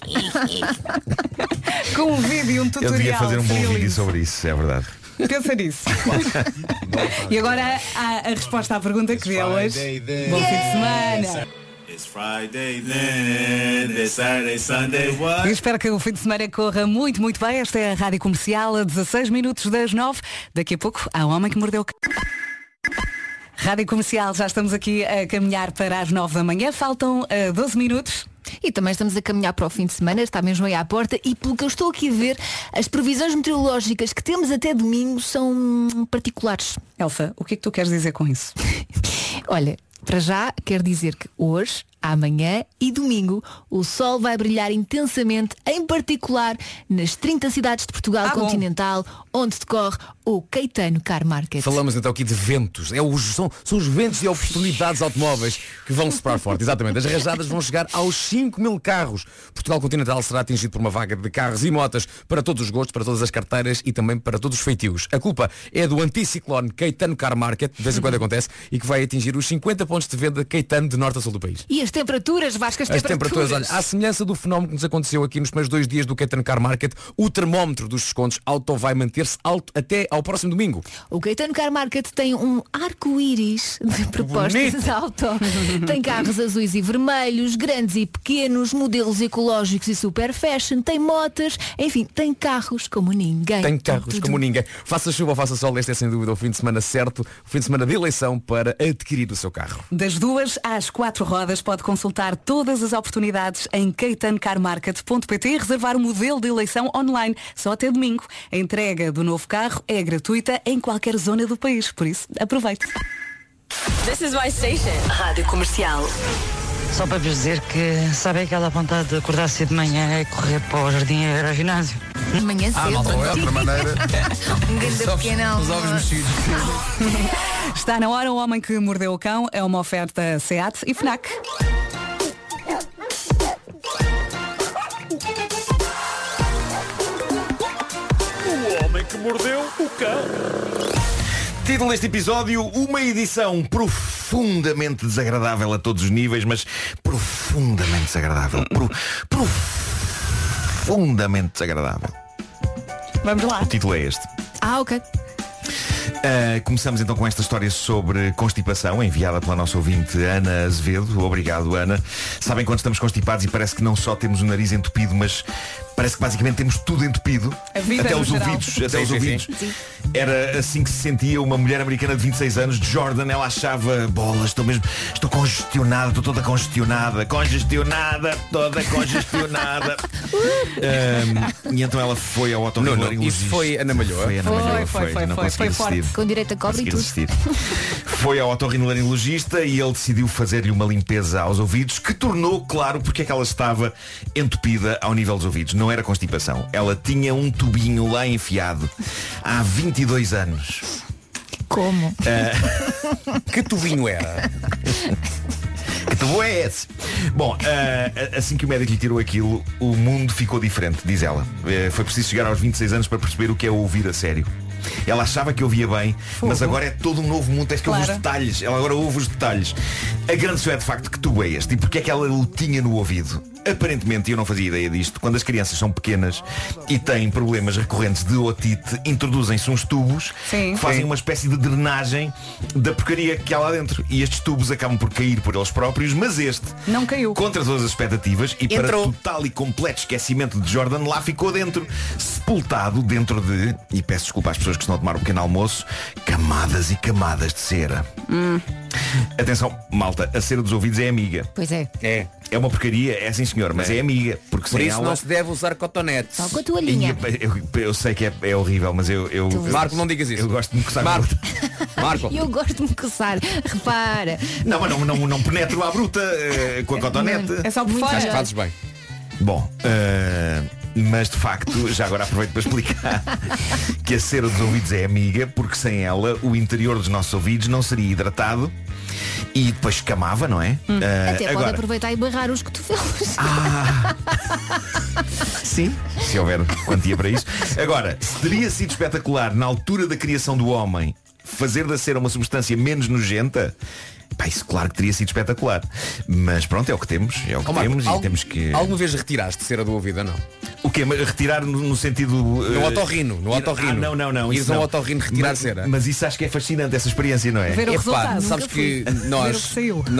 Com um vídeo e um tutorial. Eu devia fazer um bom vídeo sobre isso, é verdade. Pensa nisso. E agora a resposta à pergunta que deu hoje. Bom fim de semana. Eu espero que o fim de semana corra muito, muito bem. Esta é a Rádio Comercial, a 16 minutos das 9. Daqui a pouco há O Homem que Mordeu o Cão. Rádio Comercial, já estamos aqui a caminhar para as 9 da manhã. Faltam 12 minutos. E também estamos a caminhar para o fim de semana, está mesmo aí à porta e pelo que eu estou aqui a ver, as previsões meteorológicas que temos até domingo são particulares. Elsa, o que é que tu queres dizer com isso? Olha, para já quero dizer que hoje, amanhã e domingo o sol vai brilhar intensamente, em particular nas 30 cidades de Portugal continental, onde decorre o Caetano Car Market. Falamos então aqui de ventos. São os ventos e oportunidades automóveis que vão separar forte. Exatamente. As rajadas vão chegar aos 5.000 carros. Portugal continental será atingido por uma vaga de carros e motas para todos os gostos, para todas as carteiras e também para todos os feitios. A culpa é do anticiclone Caetano Car Market, de vez em quando acontece, e que vai atingir os 50 pontos de venda Caetano de norte a sul do país. E as temperaturas, Vasco, as temperaturas. Olha, à semelhança do fenómeno que nos aconteceu aqui nos primeiros 2 dias do Caetano Car Market, o termómetro dos descontos auto vai manter-se alto até ao próximo domingo. O Caetano Car Market tem um arco-íris de propostas auto. Tem carros azuis e vermelhos, grandes e pequenos, modelos ecológicos e super fashion, tem motas, enfim, tem carros como ninguém. Tem carros como ninguém. Faça chuva ou faça sol, este é sem dúvida o fim de semana certo, o fim de semana de eleição para adquirir o seu carro. Das 2 às 4 rodas pode consultar todas as oportunidades em caetanocarmarket.pt e reservar o modelo de eleição online só até domingo. A entrega do novo carro é gratuita em qualquer zona do país, por isso aproveite. This is my station. Rádio Comercial. Só para vos dizer que sabe aquela vontade de acordar cedo de manhã e correr para o jardim e ir ao ginásio. Amanhã cedo. Não é outra maneira. Um grande pequenão. Os ovos mexidos. Está na hora, O Homem que Mordeu o Cão é uma oferta SEAT e FNAC. mordeu o cão. Título deste episódio, uma edição profundamente desagradável a todos os níveis, mas profundamente desagradável. Profundamente desagradável. Vamos lá. O título é este. Ok. Começamos então com esta história sobre constipação, enviada pela nossa ouvinte Ana Azevedo. Obrigado, Ana. Sabem quando estamos constipados e parece que não só temos o nariz entupido, mas parece que basicamente temos tudo entupido. Até os ouvidos. Até os ouvidos. Sim. Era assim que se sentia uma mulher americana de 26 anos, de Jordan. Ela achava, bolas, estou congestionada, estou toda congestionada. Toda congestionada. E então ela foi ao otorrinolaringologista. Isso foi Ana Malhoa. Foi forte. Com direito a cobre e tudo. Foi ao otorrinolaringologista e ele decidiu fazer-lhe uma limpeza aos ouvidos, que tornou claro porque é que ela estava entupida ao nível dos ouvidos. Não era constipação. Ela tinha um tubinho lá enfiado há 22 anos. Como? Que tubinho era? Que tubo é esse? Bom, assim que o médico lhe tirou aquilo, o mundo ficou diferente, diz ela. Foi preciso chegar aos 26 anos para perceber o que é ouvir a sério. Ela achava que ouvia bem, mas agora é todo um novo mundo. Tens que ouvir os detalhes. Ela agora ouve os detalhes. A grande questão é de facto que tubo é este e porque é que ela o tinha no ouvido. Aparentemente, eu não fazia ideia disto, quando as crianças são pequenas e têm problemas recorrentes de otite, introduzem-se uns tubos que fazem uma espécie de drenagem da porcaria que há lá dentro. E estes tubos acabam por cair por eles próprios, mas este não caiu. Contra todas as expectativas e para total e completo esquecimento de Jordan, lá ficou dentro, sepultado dentro de, e peço desculpa às pessoas que estão a tomar o pequeno almoço, camadas e camadas de cera. Atenção, malta, a cera dos ouvidos é amiga. Pois é. É uma porcaria, é sim senhor, mas é amiga. Porque por isso ela... não se deve usar cotonete. Só com a toalhinha. Eu sei que é horrível, mas eu Marco, não digas isso. Eu gosto de me coçar. Marco. Eu gosto de me coçar. Repara. Não, mas não penetro à bruta com a cotonete. É só por fora. Acho que fazes bem. Bom, mas de facto, já agora aproveito para explicar que a cera dos ouvidos é amiga, porque sem ela o interior dos nossos ouvidos não seria hidratado e depois escamava, não é? Até agora... pode aproveitar e barrar os cotovelos. Sim, se houver quantia para isso. Agora, teria sido espetacular na altura da criação do homem fazer da cera uma substância menos nojenta. Pá, isso claro que teria sido espetacular. Mas pronto, é o que temos. É o que temos e temos que... Alguma vez retiraste cera do ouvido ou não? O quê? Retirar no sentido... No otorrino. Não. Ires ao otorrino retirar cera. Mas isso acho que é fascinante, essa experiência, não é? Ver o resultado. Sabes que nós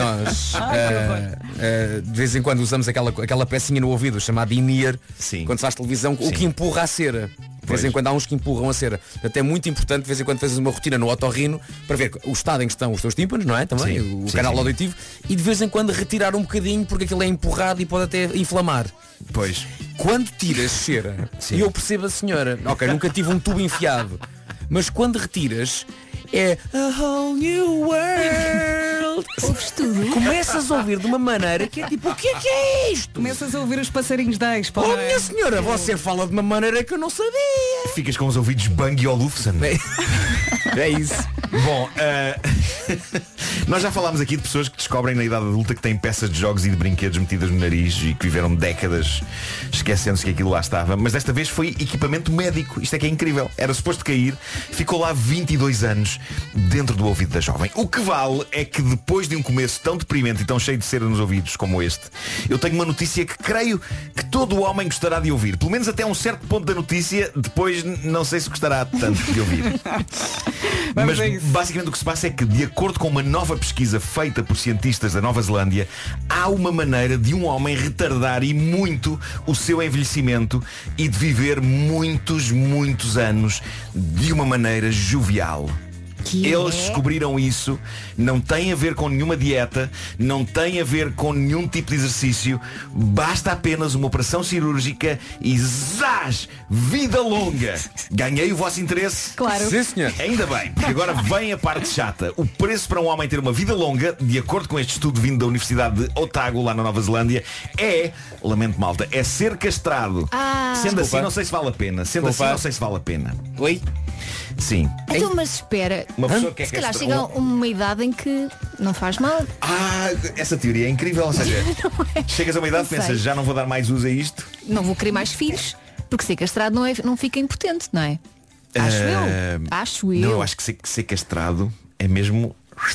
de vez em quando usamos aquela pecinha no ouvido chamada in-ear. Quando se faz televisão, o que empurra a cera. De vez em quando há uns que empurram a cera. Até é muito importante, de vez em quando fazes uma rotina no otorrino para ver o estado em que estão os teus tímpanos, não é? Também, o canal auditivo. E de vez em quando retirar um bocadinho porque aquilo é empurrado e pode até inflamar. Pois. Quando tiras cera, e eu percebo a senhora, ok, nunca tive um tubo enfiado, mas quando retiras, é a whole new world. Ouves tudo. Começas a ouvir de uma maneira que é tipo, o que é isto? Começas a ouvir os passarinhos da Expo. Oh, minha senhora, você fala de uma maneira que eu não sabia. Ficas com os ouvidos Bang Olufsen. É isso. Bom, nós já falámos aqui de pessoas que descobrem na idade adulta que têm peças de jogos e de brinquedos metidas no nariz e que viveram décadas esquecendo-se que aquilo lá estava. Mas desta vez foi equipamento médico. Isto é que é incrível. Era suposto cair, ficou lá 22 anos dentro do ouvido da jovem. O que vale é que depois de um começo tão deprimente e tão cheio de cera nos ouvidos como este, eu tenho uma notícia que creio que todo o homem gostará de ouvir. Pelo menos até um certo ponto da notícia. Depois não sei se gostará tanto de ouvir. Mas basicamente o que se passa é que, de acordo com uma nova pesquisa feita por cientistas da Nova Zelândia, há uma maneira de um homem retardar e muito o seu envelhecimento e de viver muitos anos de uma maneira jovial. Eles descobriram isso. Não tem a ver com nenhuma dieta, não tem a ver com nenhum tipo de exercício. Basta apenas uma operação cirúrgica e zás! Vida longa! Ganhei o vosso interesse? Claro. Sim, senhor. Ainda bem, porque agora vem a parte chata. O preço para um homem ter uma vida longa, de acordo com este estudo vindo da Universidade de Otago, lá na Nova Zelândia, é, lamento malta, é ser castrado. Sendo assim, não sei se vale a pena. Oi? Sim. Então, mas espera. Uma pessoa que se calhar chega a uma idade em que não faz mal. Essa teoria é incrível. Ou seja, chegas a uma idade e pensas, já não vou dar mais uso a isto. Não vou querer mais filhos, porque ser castrado não fica impotente, não é? Acho eu. Não, eu acho que ser castrado é mesmo...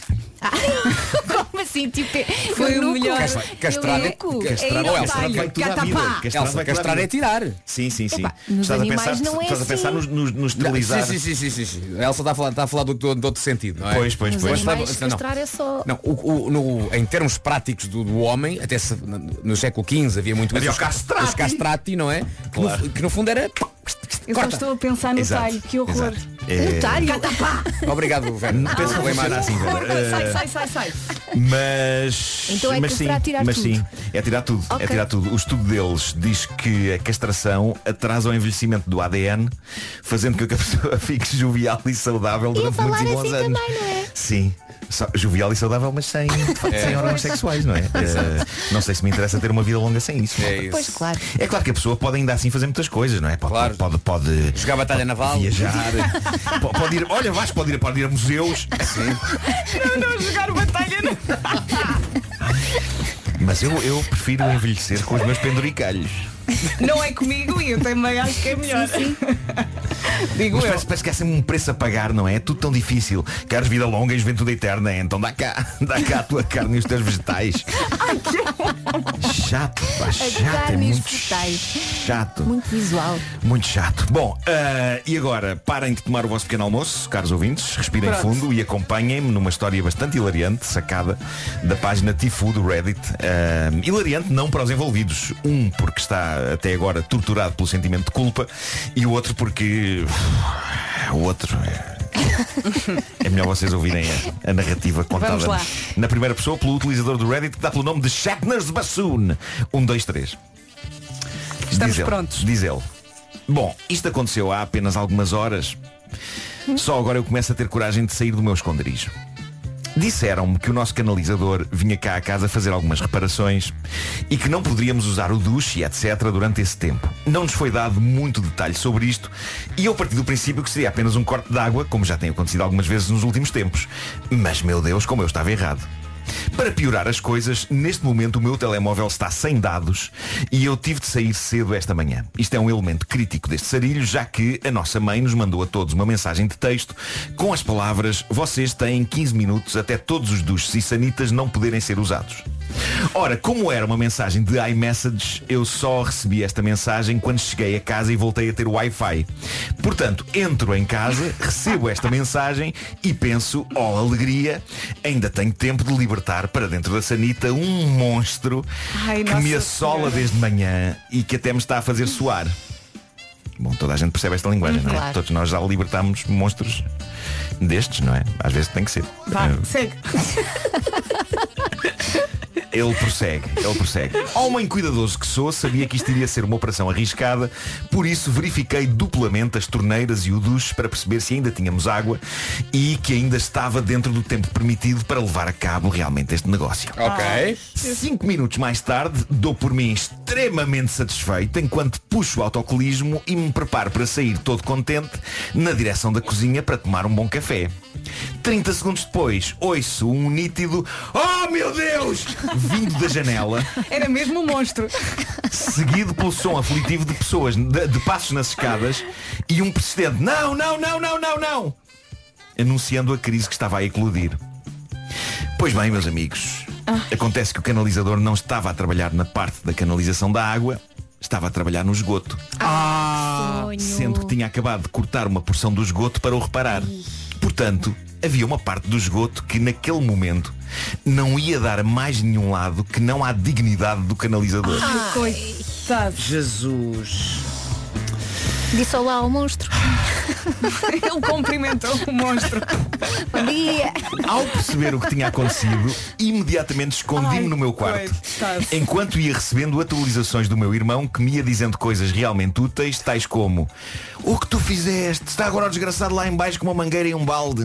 Como assim? Tipo, foi o melhor. Castrar vai tudo à vida. Castrar é tirar. Sim. Nos animais não é estás a pensar no esterilizar. Sim. A Elsa está a falar do outro sentido, não é? Pois. Castrar é só... Não, em termos práticos do homem, até no século XV havia muito isso. Os castrati, não é? Claro. Que no fundo era... Eu só estou a pensar no talho, que horror. No talho? Obrigado, Vera. Pensa que funciona assim, Vera. Sai. Mas... Então é castrar, tirar tudo. Sim, é tirar tudo. Okay. É tirar tudo. O estudo deles diz que a castração atrasa o envelhecimento do ADN, fazendo com que a pessoa fique jovial e saudável durante muitos e bons assim anos. Também, não é? Sim. Jovial e saudável, mas sem órgãos sexuais, não é? Não sei se me interessa ter uma vida longa sem isso. Pois, claro. É claro que a pessoa pode ainda assim fazer muitas coisas, não é? Pode jogar batalha naval, viajar, pode ir, olha, Vasco, pode ir a museus. Sim. Não jogar batalha naval. Mas eu prefiro envelhecer com os meus penduricalhos. Não é comigo e eu também acho que é melhor. Sim. Digo mas parece que há sempre um preço a pagar, não é? É tudo tão difícil. Queres vida longa e juventude eterna, então dá cá a tua carne e os teus vegetais. Ai, que chato, é muito chato. Muito visual. Muito chato. Bom, e agora, parem de tomar o vosso pequeno almoço, caros ouvintes, respirem fundo e acompanhem-me numa história bastante hilariante, sacada da página Tifu do Reddit. Hilariante não para os envolvidos. Um, porque está até agora torturado pelo sentimento de culpa, e o outro porque... O outro é melhor vocês ouvirem a narrativa contada na primeira pessoa pelo utilizador do Reddit, que dá pelo nome de Shatner's Bassoon. 1, 2, 3. Estamos prontos. Diz ele. Bom, isto aconteceu há apenas algumas horas. Só agora eu começo a ter coragem de sair do meu esconderijo. Disseram-me que o nosso canalizador vinha cá à casa fazer algumas reparações e que não poderíamos usar o duche e etc. durante esse tempo. Não nos foi dado muito detalhe sobre isto e eu parti do princípio que seria apenas um corte de água, como já tem acontecido algumas vezes nos últimos tempos. Mas, meu Deus, como eu estava errado. Para piorar as coisas, neste momento o meu telemóvel está sem dados e eu tive de sair cedo esta manhã. Isto é um elemento crítico deste sarilho, já que a nossa mãe nos mandou a todos uma mensagem de texto com as palavras: vocês têm 15 minutos até todos os duches e sanitas não poderem ser usados. Ora, como era uma mensagem de iMessage, eu só recebi esta mensagem quando cheguei a casa e voltei a ter Wi-Fi. Portanto, entro em casa, recebo esta mensagem e penso: oh, alegria, ainda tenho tempo de libertar para dentro da sanita um monstro que me assola desde manhã e que até me está a fazer suar. Bom, toda a gente percebe esta linguagem, não é? Claro. Todos nós já libertámos monstros destes, não é? Às vezes tem que ser. Segue. Ele prossegue. Homem cuidadoso que sou, sabia que isto iria ser uma operação arriscada, por isso verifiquei duplamente as torneiras e o duche para perceber se ainda tínhamos água e que ainda estava dentro do tempo permitido para levar a cabo realmente este negócio. Ok. 5 minutos mais tarde, dou por mim extremamente satisfeito enquanto puxo o autocolismo e me preparo para sair todo contente na direção da cozinha para tomar um bom café. 30 segundos depois, ouço um nítido "oh meu Deus!" vindo da janela. Era mesmo um monstro. Seguido pelo som aflitivo de pessoas de passos nas escadas e um persistente não, anunciando a crise que estava a eclodir. Pois bem, meus amigos, acontece que o canalizador não estava a trabalhar na parte da canalização da água, estava a trabalhar no esgoto. Sendo que tinha acabado de cortar uma porção do esgoto para o reparar. Portanto, havia uma parte do esgoto que naquele momento não ia dar a mais nenhum lado que não à dignidade do canalizador. Coitado. Jesus. Disse olá ao monstro. Ele cumprimentou o monstro. Bom dia. Ao perceber o que tinha acontecido, imediatamente escondi-me no meu quarto. Coitado. Enquanto ia recebendo atualizações do meu irmão que me ia dizendo coisas realmente úteis, tais como: o que tu fizeste? Está agora o desgraçado lá em baixo com uma mangueira e um balde.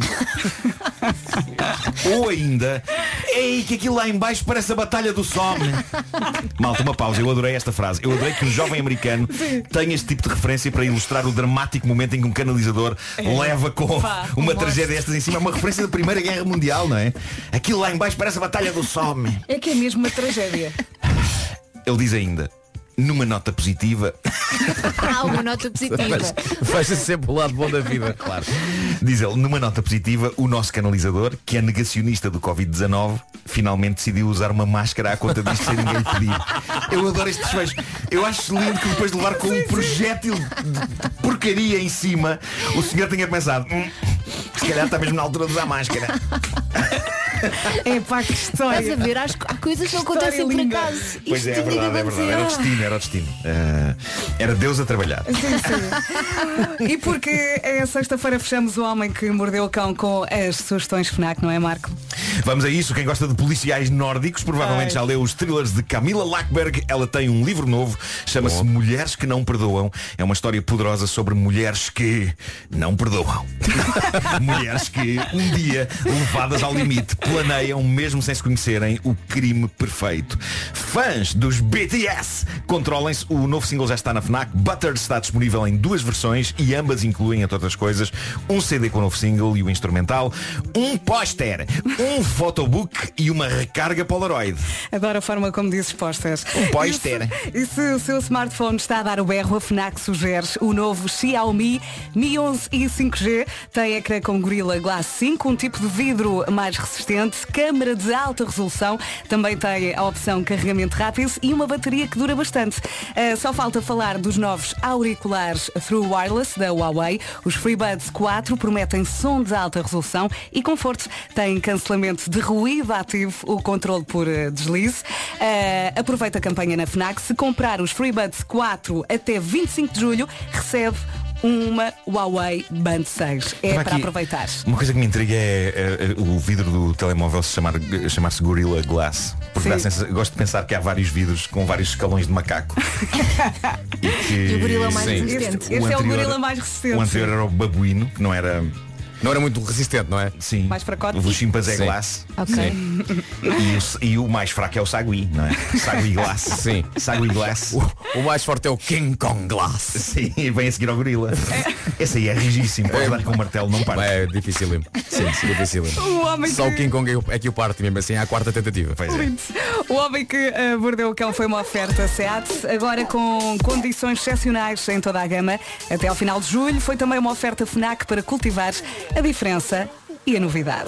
Ou ainda: ei, que aquilo lá em baixo parece a Batalha do Somme. Malta, uma pausa, eu adorei esta frase. Eu adorei que um jovem americano tenha este tipo de referência para ilustrar o dramático momento em que um canalizador leva com uma tragédia destas em cima. É uma referência da Primeira Guerra Mundial, não é? Aquilo lá em baixo parece a Batalha do Somme. É que é mesmo uma tragédia. Ele diz ainda: numa nota positiva. Uma nota positiva. Fecha sempre o lado bom da vida, claro. Diz ele, numa nota positiva, o nosso canalizador, que é negacionista do Covid-19, finalmente decidiu usar uma máscara à conta disto sem ninguém pedir. Eu adoro este desfecho. Eu acho lindo que depois de levar com um projétil de porcaria em cima, o senhor tenha pensado, se calhar está mesmo na altura de usar máscara. É pá, que história. Estás a ver, há coisas que não acontecem por acaso. Pois é, verdade. Era o destino. Era Deus a trabalhar. Sim. E porque é sexta-feira fechamos o Homem que Mordeu o Cão com as sugestões FNAC, não é, Marco? Vamos a isso. Quem gosta de policiais nórdicos provavelmente já leu os thrillers de Camilla Lackberg. Ela tem um livro novo, chama-se Mulheres que Não Perdoam. É uma história poderosa sobre mulheres que não perdoam. Mulheres que um dia, levadas ao limite, planeiam, mesmo sem se conhecerem, o crime perfeito. Fãs dos BTS, controlem-se. O novo single já está na FNAC. Butter está disponível em 2 versões e ambas incluem, entre outras coisas, um CD com o novo single e o instrumental, um póster, um photobook e uma recarga Polaroid. Adoro a forma como dizes pósteres. Um póster. E se o seu smartphone está a dar o berro, a FNAC sugere o novo Xiaomi Mi 11 e 5G. Tem ecrã com Gorilla Glass 5, um tipo de vidro mais resistente, câmara de alta resolução, também tem a opção carregamento rápido e uma bateria que dura bastante. Só falta falar dos novos auriculares True Wireless da Huawei. Os FreeBuds 4 prometem som de alta resolução e conforto. Tem cancelamento de ruído ativo, o controle por deslize. Aproveita a campanha na FNAC. Se comprar os FreeBuds 4 até 25 de julho, recebe uma Huawei Band 6. É para aproveitar. Uma coisa que me intriga é o vidro do telemóvel chamar-se Gorilla Glass. Porque gosto de pensar que há vários vidros com vários escalões de macaco. E o gorila mais resistente. Este é o gorila mais resistente. O anterior era o babuíno, que não era muito resistente, não é? Sim. Mais fracote. O chimpanzé Glass. Ok. E o mais fraco é o Sagui, não é? Sagui Glass. Sim. Sagui Glass. O mais forte é o King Kong Glass. Sim, e vem a seguir ao gorila. Esse aí é rigíssimo. Pode dar com o martelo, não parte. É dificílimo. Sim, dificílimo. Só o King Kong é que o parte mesmo assim à quarta tentativa. Pois é. O Homem que Mordeu o Cão foi uma oferta SEAT, agora com condições excepcionais em toda a gama. Até ao final de julho foi também uma oferta FNAC para cultivar a diferença e a novidade.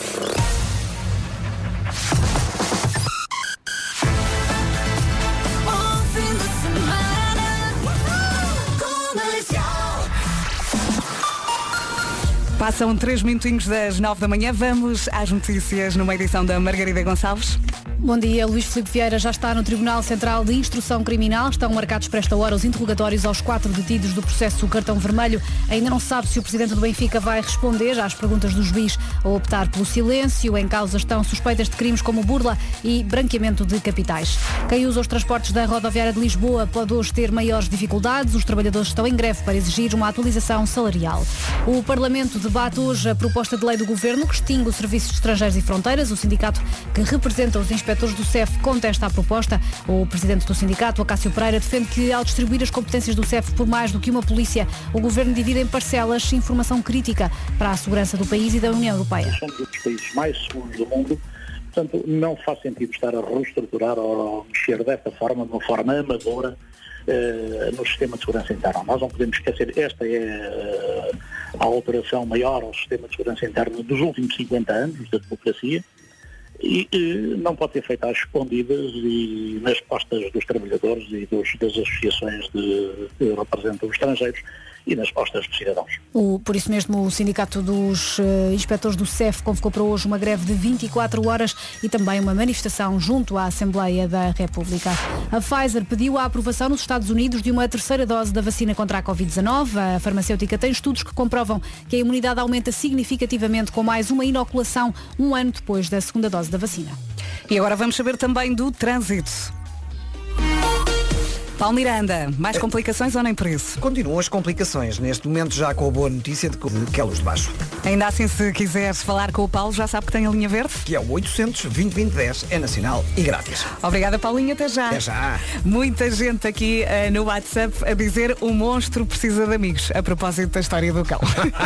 Passam 3 minutinhos das 9 da manhã. Vamos às notícias numa edição da Margarida Gonçalves. Bom dia, Luís Filipe Vieira já está no Tribunal Central de Instrução Criminal. Estão marcados para esta hora os interrogatórios aos 4 detidos do processo Cartão Vermelho. Ainda não se sabe se o presidente do Benfica vai responder às perguntas do juiz ou optar pelo silêncio. Em causa estão suspeitas de crimes como burla e branqueamento de capitais. Quem usa os transportes da rodoviária de Lisboa pode hoje ter maiores dificuldades. Os trabalhadores estão em greve para exigir uma atualização salarial. O Parlamento debate hoje a proposta de lei do Governo que extingue o Serviço de Estrangeiros e Fronteiras. O sindicato que representa os inspetores do CEF contesta a proposta. O presidente do sindicato, Acácio Pereira, defende que ao distribuir as competências do CEF por mais do que uma polícia, o Governo divide em parcelas informação crítica para a segurança do país e da União Europeia. Somos um dos países mais seguros do mundo, portanto não faz sentido estar a reestruturar ou mexer desta forma, de uma forma amadora, no sistema de segurança interna. Nós não podemos esquecer, esta é a alteração maior ao sistema de segurança interna dos últimos 50 anos da democracia e não pode ser feita às escondidas e nas costas dos trabalhadores e das associações que representam os estrangeiros e nas costas dos cidadãos. Por isso mesmo, o Sindicato dos Inspetores do CEF convocou para hoje uma greve de 24 horas e também uma manifestação junto à Assembleia da República. A Pfizer pediu a aprovação nos Estados Unidos de uma terceira dose da vacina contra a Covid-19. A farmacêutica tem estudos que comprovam que a imunidade aumenta significativamente com mais uma inoculação um ano depois da segunda dose da vacina. E agora vamos saber também do trânsito. Paulo Miranda, mais complicações ou nem por isso? Continuam as complicações, neste momento já com a boa notícia de que é luz de baixo. Ainda assim, se quiseres falar com o Paulo, já sabe que tem a linha verde? Que é o 800-2020-10, é nacional e grátis. Obrigada, Paulinho, até já. Até já. Muita gente aqui no WhatsApp a dizer o monstro precisa de amigos, a propósito da história do cão.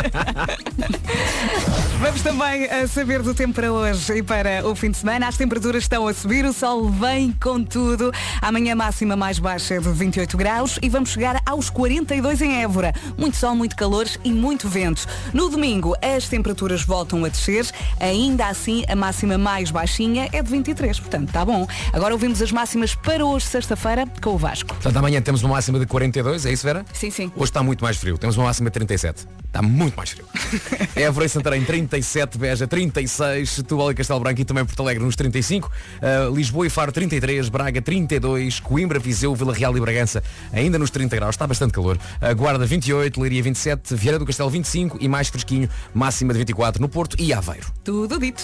Vamos também saber do tempo para hoje e para o fim de semana. As temperaturas estão a subir, o sol vem com tudo. Amanhã máxima mais baixa é de de 28 graus e vamos chegar aos 42 em Évora. Muito sol, muito calor e muito vento. No domingo as temperaturas voltam a descer, ainda assim a máxima mais baixinha é de 23, portanto está bom. Agora ouvimos as máximas para hoje, sexta-feira, com o Vasco. Portanto, amanhã temos uma máxima de 42, é isso, Vera? Sim, sim. Hoje está muito mais frio, temos uma máxima de 37. Está muito mais frio. Évora e Santarém 37, Beja 36, Setúbal e Castelo Branco e também Porto Alegre nos 35, Lisboa e Faro 33, Braga 32, Coimbra, Viseu, Vila Real e Bragança ainda nos 30 graus, está bastante calor. Guarda 28, Leiria 27, Vieira do Castelo 25 e mais fresquinho, máxima de 24 no Porto e Aveiro. Tudo dito.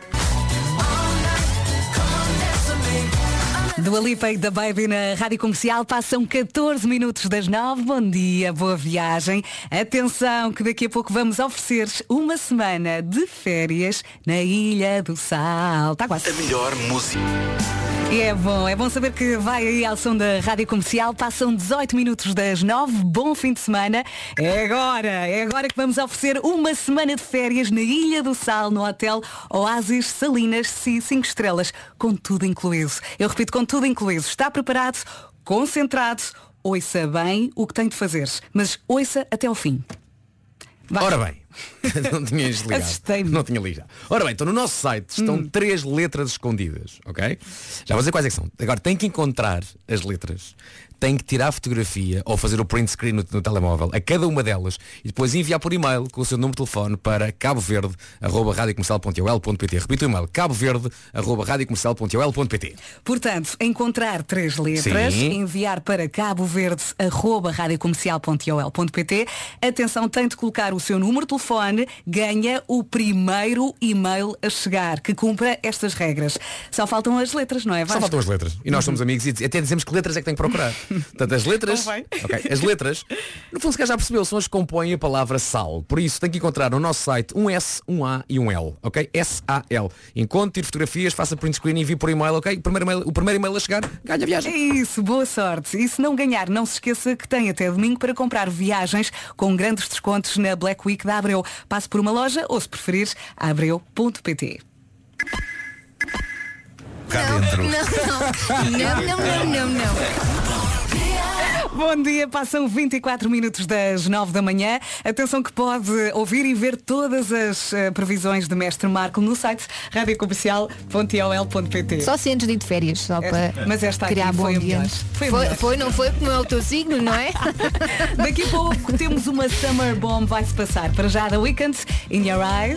Dua Lipa e da Baby na Rádio Comercial, passam 14 minutos das 9. Bom dia, boa viagem. Atenção que daqui a pouco vamos oferecer uma semana de férias na Ilha do Sal. Está quase. A melhor música. E é bom saber que vai aí ao som da Rádio Comercial. Passam 18 minutos das 9. Bom fim de semana. É agora que vamos oferecer uma semana de férias na Ilha do Sal, no Hotel Oasis Salinas, 5 estrelas, com tudo incluído. Eu repito, com tudo incluído. Está preparado? Concentrado? Ouça bem o que tem de fazer, mas ouça até ao fim. Vai. Ora bem, não tinha desligado. Assustei-me. Não tinha ligado. Ora bem, então no nosso site estão 3 letras escondidas, ok? Já vou dizer quais é que são. Agora tem que encontrar as letras, tem que tirar a fotografia ou fazer o print screen no telemóvel a cada uma delas e depois enviar por e-mail com o seu número de telefone para caboverde@radiocomercial.ol.pt. Repito o e-mail, caboverde@radiocomercial.ol.pt. Portanto, encontrar 3 letras, Sim. enviar para caboverde@radiocomercial.ol.pt. Atenção, tem de colocar o seu número de telefone, ganha o primeiro e-mail a chegar, que cumpra estas regras. Só faltam as letras, não é, Vasco? Só faltam as letras. E nós somos amigos e até dizemos que letras é que tem que procurar. Portanto, as letras, as letras, no fundo, se calhar já percebeu, são as que compõem a palavra sal. Por isso, tem que encontrar no nosso site um S, um A e um L, ok? S-A-L. Encontre, tire fotografias, faça print screen e envie por e-mail, ok? O primeiro e-mail a chegar, ganha a viagem. É isso, boa sorte. E se não ganhar, não se esqueça que tem até domingo para comprar viagens com grandes descontos na Black Week da Abreu. Passe por uma loja ou, se preferir, abreu.pt. Cá dentro. Não. Bom dia, passam 24 minutos das 9 da manhã. Atenção que pode ouvir e ver todas as previsões de Mestre Marco no site radiocomercial.ol.pt. Só se antes de ir de férias, só para mas esta criar aqui bom foi ambiente. Foi, não foi como é o teu signo, não é? Daqui a pouco temos uma Summer Bomb, vai-se passar. Para já da Weekend, In Your Eyes.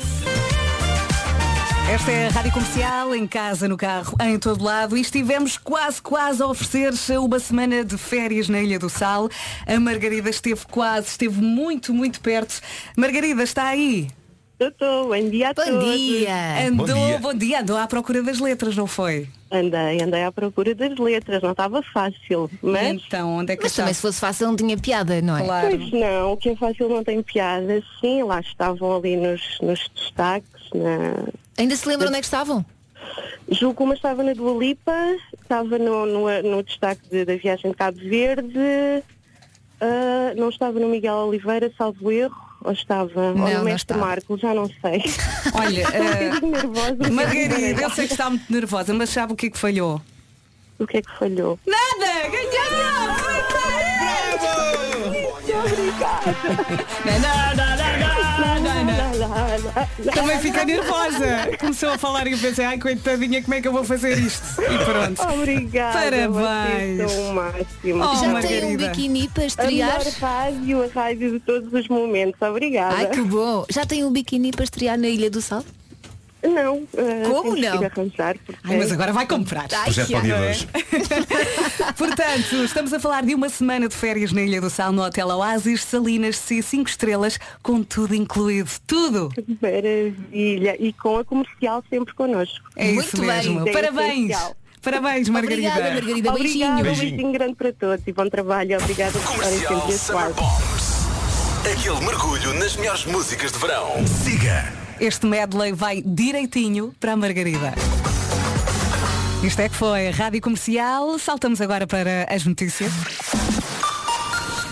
Esta é a Rádio Comercial, em casa, no carro, em todo lado, e estivemos quase a oferecer uma semana de férias na Ilha do Sal. A Margarida esteve muito perto. Margarida, está aí? Estou, bom dia a todos. Bom dia, andou à procura das letras, não foi? Andei à procura das letras, não estava fácil, mas... Então, onde é que Mas também se fosse fácil não tinha piada, não é? Claro. Pois não, o que é fácil não tem piada. Sim, lá estavam ali nos destaques. Ainda se lembra onde é que estavam? Julgo uma estava na Dua Lipa, estava no destaque da viagem de Cabo Verde, não estava no Miguel Oliveira, salvo erro, ou estava? Ou no Mestre Marco, já não sei. Olha, nervosa, Margarida, eu sei que está muito nervosa, mas sabe o que é que falhou? O que é que falhou? Nada! Ganhamos! Também fiquei nervosa. Começou a falar e eu pensei, ai coitadinha, como é que eu vou fazer isto? E pronto. Obrigada. Parabéns. São o máximo. Já tem um biquíni para estrear? A rádio de todos os momentos. Obrigada. Ai, que bom. Já tem um biquíni para estrear na Ilha do Sal? Não. Como não? Arranjar, Ai, mas agora vai comprar. Projeto para o dia de hoje. Portanto, estamos a falar de uma semana de férias na Ilha do Sal, no Hotel Oasis Salinas, 5 estrelas, com tudo incluído. Tudo. Maravilha. E com a comercial sempre connosco. É isso mesmo. Parabéns. Parabéns, Margarida. Obrigada, Margarida. Beijinho. Um beijinho grande para todos e bom trabalho. Obrigada por estarem sempre desse lado. Aquele mergulho nas melhores músicas de verão. Siga. Este medley vai direitinho para a Margarida. Isto é que foi a Rádio Comercial. Saltamos agora para as notícias.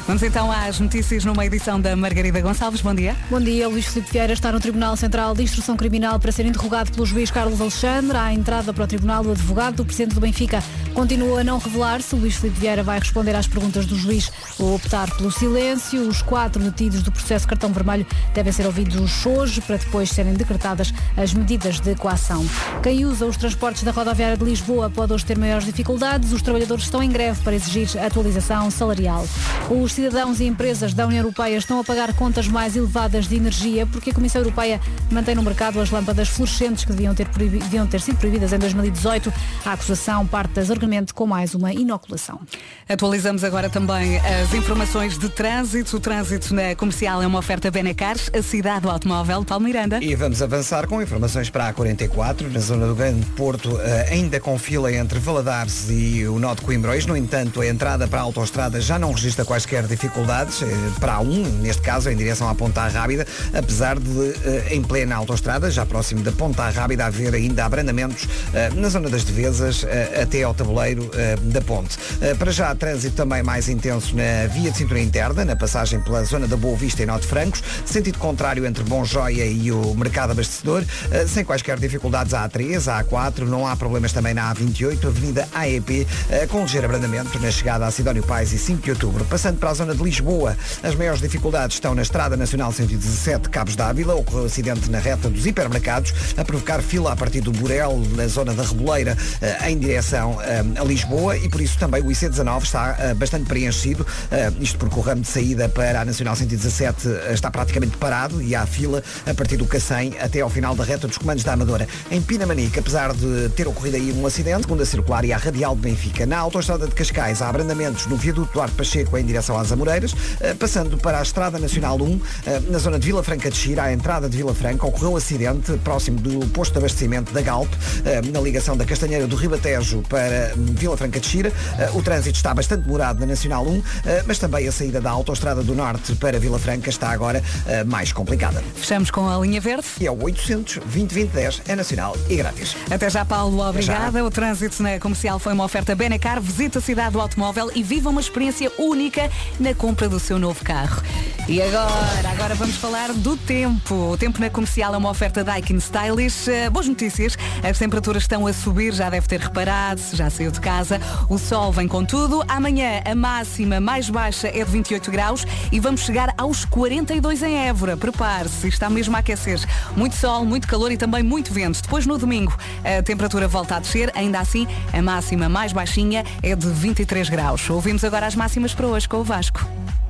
Vamos então às notícias numa edição da Margarida Gonçalves. Bom dia. Bom dia. Luís Filipe Vieira está no Tribunal Central de Instrução Criminal para ser interrogado pelo juiz Carlos Alexandre. À entrada para o tribunal, o advogado do presidente do Benfica continua a não revelar se Luís Filipe Vieira vai responder às perguntas do juiz ou optar pelo silêncio. Os 4 detidos do processo cartão vermelho devem ser ouvidos hoje para depois serem decretadas as medidas de coação. Quem usa os transportes da rodoviária de Lisboa pode hoje ter maiores dificuldades. Os trabalhadores estão em greve para exigir atualização salarial. Os cidadãos e empresas da União Europeia estão a pagar contas mais elevadas de energia porque a Comissão Europeia mantém no mercado as lâmpadas fluorescentes que deviam ter sido proibidas em 2018. A acusação parte das argumento com mais uma inoculação. Atualizamos agora também as informações de trânsito. O trânsito na Comercial é uma oferta Benacar, a cidade do automóvel. Paulo Miranda. E vamos avançar com informações para a 44, na zona do Grande Porto, ainda com fila entre Valadares e o nó de Coimbrões. No entanto, a entrada para a autoestrada já não registra quaisquer dificuldades, para a 1, neste caso, em direção à Ponta Rábida, apesar de, em plena autoestrada, já próximo da Ponta Rábida, haver ainda abrandamentos na zona das Devesas até ao tabuleiro da ponte. Para já, trânsito também mais intenso na via de cintura interna, na passagem pela zona da Boa Vista e Nó de Francos, sentido contrário entre Bom Joia e o Mercado Abastecedor, sem quaisquer dificuldades a A3, a A4, não há problemas também na A28, Avenida AEP, com ligeiro abrandamento na chegada a Sidónio Pais e 5 de Outubro. Passando para a zona de Lisboa, as maiores dificuldades estão na Estrada Nacional 117, Cabos d'Ávila. Ocorreu acidente na reta dos hipermercados, a provocar fila a partir do Burel, na zona da Reboleira, em direção a Lisboa, e por isso também o IC19 está bastante preenchido, isto porque o ramo de saída para a Nacional 117 está praticamente parado e há fila a partir do Cacém até ao final da reta dos comandos da Amadora. Em Pinamanique, apesar de ter ocorrido aí um acidente, segunda circular e a radial de Benfica. Na autoestrada de Cascais há abrandamentos no viaduto Duarte Pacheco em direção às Amoreiras, passando para a Estrada Nacional 1, na zona de Vila Franca de Xira, à entrada de Vila Franca, ocorreu um acidente próximo do posto de abastecimento da Galp, na ligação da Castanheira do Ribatejo para Vila Franca de Xira. O trânsito está bastante demorado na Nacional 1, mas também a saída da Autoestrada do Norte para Vila Franca está agora mais complicada. Fechamos com a linha verde. E é o 800 2010, é nacional e grátis. Até já, Paulo, obrigada. O trânsito na Comercial foi uma oferta Benacar. Visita a cidade do automóvel e viva uma experiência única na compra do seu novo carro. E agora vamos falar do tempo. O tempo na Comercial é uma oferta Daikin Stylish. Boas notícias, as temperaturas estão a subir, já deve ter reparado, já saiu de casa. O sol vem com tudo. Amanhã a máxima mais baixa é de 28 graus e vamos chegar aos 42 em Évora. Prepare-se, está mesmo a aquecer. Muito sol, muito calor e também muito vento. Depois no domingo a temperatura volta a descer, ainda assim a máxima mais baixinha é de 23 graus. Ouvimos agora as máximas para hoje com o Vasco.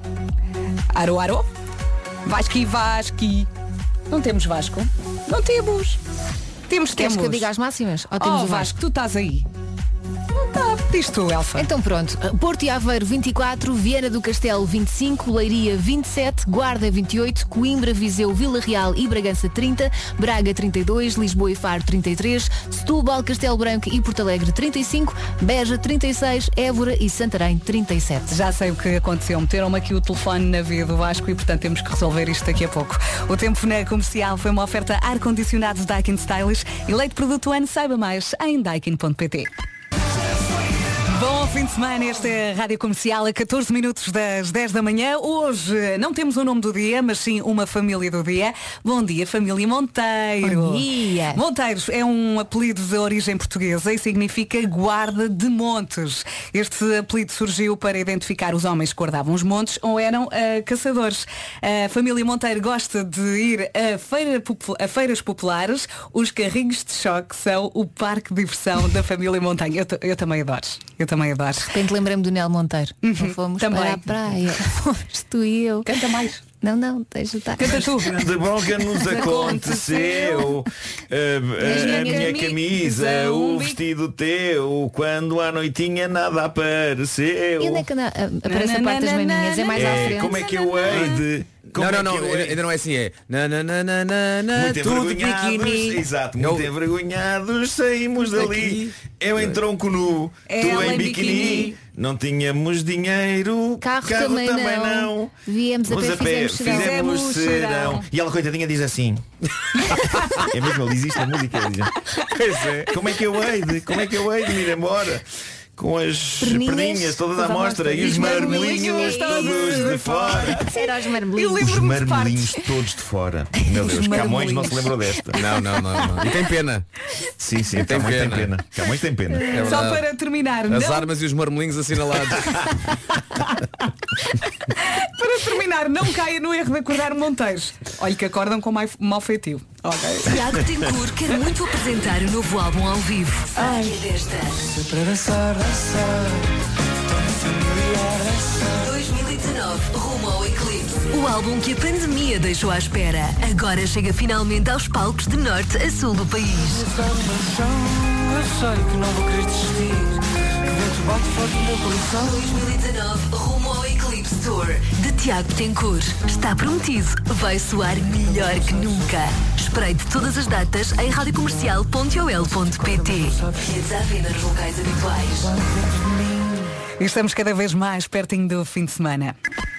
Aro, aro. Vasqui, Vasqui. Não temos Vasco? Não temos. Temos. Queres que eu diga as máximas? Ou temos o Vasco, tu estás aí. Não está. Diz tu, Elsa. Então pronto. Porto e Aveiro 24, Viana do Castelo 25, Leiria 27, Guarda 28, Coimbra, Viseu, Vila Real e Bragança 30, Braga 32, Lisboa e Faro 33, Setúbal, Castelo Branco e Porto Alegre 35, Beja 36, Évora e Santarém 37. Já sei o que aconteceu. Meteram-me aqui o telefone na via do Vasco e portanto temos que resolver isto daqui a pouco. O tempo na Comercial foi uma oferta ar-condicionado Daikin Stylish e leite produto ano. Saiba mais em daikin.pt. Bom fim de semana, esta é a Rádio Comercial a 14 minutos das 10 da manhã. Hoje não temos o nome do dia, mas sim uma família do dia. Bom dia, família Monteiro. Bom dia. Monteiros é um apelido de origem portuguesa e significa guarda de montes. Este apelido surgiu para identificar os homens que guardavam os montes ou eram caçadores. A família Monteiro gosta de ir a feiras populares. Os carrinhos de choque são o parque de diversão da família Monteiro. Eu também adoro. Eu também adoro. De repente lembrei-me do Nel Monteiro. Fomos também para a praia. Fomos tu e eu. Canta mais. Não, deixa estar. Canta tu. De bom que nos aconteceu a minha camisa, o vestido teu, quando à noitinha nada apareceu. E onde é que aparece a parte das maminhas? É mais à frente. Como é que eu hei de... Ainda não é assim, é muito envergonhados, exato, muito envergonhados, saímos dali. Eu em tronco nu, tu em biquíni. Não tínhamos dinheiro, carro também não. Viemos a pé, fizemos serão. E ela, coitadinha, diz assim. É mesmo, ele diz isto na música, ele diz. Pois é. Como é que eu hei de me ir embora? com as perninhas todas à mostra e os marmelinhos todos de fora. Era os marmelinhos. Os marmelinhos todos de fora. Meu Deus, Camões não se lembrou desta. Não. E tem pena. Sim, Camões tem pena. Camões tem pena. É só para terminar. As armas e os marmelinhos assinalados. Para terminar, não caia no erro de acordar Monteiros. Olha que acordam com mau feitio. Okay. Tiago Tencourt quer muito apresentar o novo álbum ao vivo. Ai, desta. 2019, rumo ao eclipse. O álbum que a pandemia deixou à espera. Agora chega finalmente aos palcos de norte a sul do país. Eu sei que não vou querer desistir. Que vento bate forte no meu coração. 2019, rumo ao eclipse tour de Tiago Tencourt. Está prometido. Vai soar melhor que nunca. Espreite todas as datas em radiocomercial.ol.pt. Bilhetes à venda nos locais habituais. E estamos cada vez mais pertinho do fim de semana.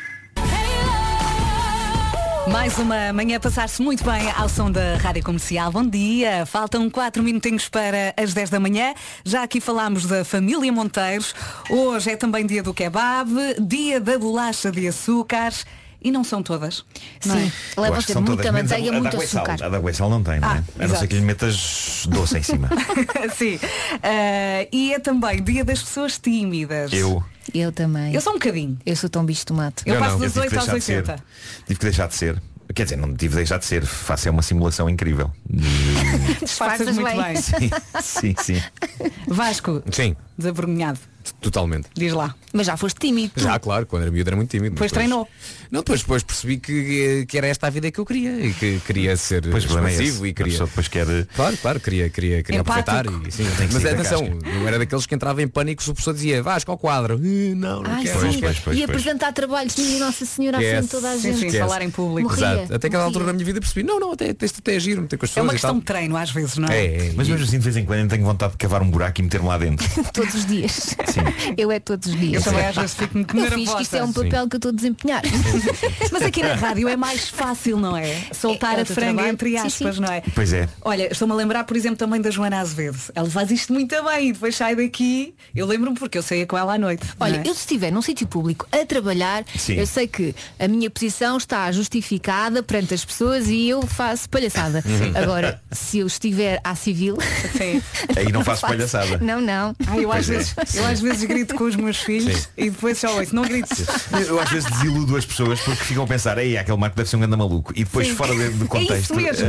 Mais uma manhã a passar-se muito bem ao som da Rádio Comercial. Bom dia, faltam 4 minutinhos para as 10 da manhã. Já aqui falámos da família Monteiros. Hoje é também dia do kebab, dia da bolacha de açúcar. E não são todas. Sim, leva a ter muita manteiga, muito açúcar. A da Guaçal não tem, não é? A não ser que lhe metas doce em cima. Sim. E é também dia das pessoas tímidas. Eu também. Eu sou um bocadinho. Eu sou tão bicho de tomate. Eu passo das 8 às 80. Tive que deixar de ser. Quer dizer, não tive de deixar de ser. Faço uma simulação incrível. Disfarças muito bem. Sim. Vasco. Sim. Desavergonhado. Totalmente. Diz lá. Mas já foste tímido. Já, claro, quando era miúdo era muito tímido. Depois treinou. Não, depois percebi que era esta a vida que eu queria. E que queria ser expansivo e queria. Depois quer... Claro, queria aproveitar. E, sim, mas atenção, eu era daqueles que entrava em pânico se o professor dizia Vasco ao quadro. Não quero. E apresentar trabalhos de Nossa Senhora à frente de toda a gente. Sim, falar em público. Exato. Até aquela altura da minha vida percebi, até agir, meter com as pessoas. É uma questão de treino às vezes, não é? Mas mesmo assim de vez em quando tenho vontade de cavar um buraco e meter-me lá dentro. Todos os dias. Sim. Eu todos os dias. Eu também às vezes fico muito nervosa. Isto é um papel que eu estou a desempenhar. Mas aqui na rádio é mais fácil, não é? Soltar a franga entre aspas, não é? Pois é. Olha, estou-me a lembrar, por exemplo, também da Joana Azevedo. Ela faz isto muito bem e depois sai daqui. Eu lembro-me porque eu saía com ela à noite. Olha, eu se estiver num sítio público a trabalhar, eu sei que a minha posição está justificada perante as pessoas e eu faço palhaçada. Agora, se eu estiver à civil, aí não faço palhaçada. Não. Eu às vezes grito com os meus filhos e depois só ouço, não grites. Eu às vezes desiludo as pessoas porque ficam a pensar, aquele Marco deve ser um grande maluco. E depois fora do contexto,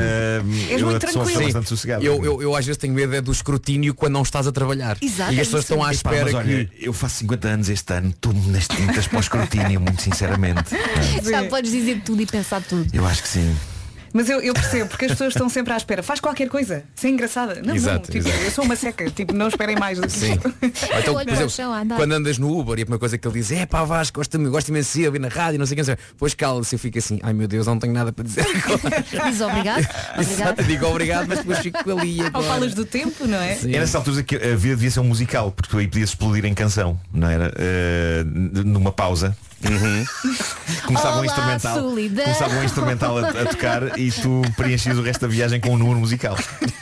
eu sou bastante sossegado. Eu às vezes tenho medo do escrutínio quando não estás a trabalhar. Exato, e as pessoas estão à espera que... Olha, eu faço 50 anos este ano, estou nas tintas para o escrutínio, muito sinceramente. Já podes dizer tudo e pensar tudo. Eu acho que sim. Mas eu percebo, porque as pessoas estão sempre à espera. Faz qualquer coisa, sem engraçada. Não, exato. Eu sou uma seca, não esperem mais. Sim. Então, por exemplo, quando andas no Uber e a primeira coisa que ele diz é Vasco, gosto imenso de ouvir na rádio, não sei o que. Depois cala-se, eu fico assim, ai meu Deus, não tenho nada para dizer agora. Diz obrigado. Exato, digo obrigado, mas depois fico ali agora. Ou falas do tempo, não é? Sim. Era nessa altura que a vida devia ser um musical, porque tu aí podias explodir em canção, não era? Numa pausa. Começava um instrumental a tocar e tu preenchias o resto da viagem com um número musical.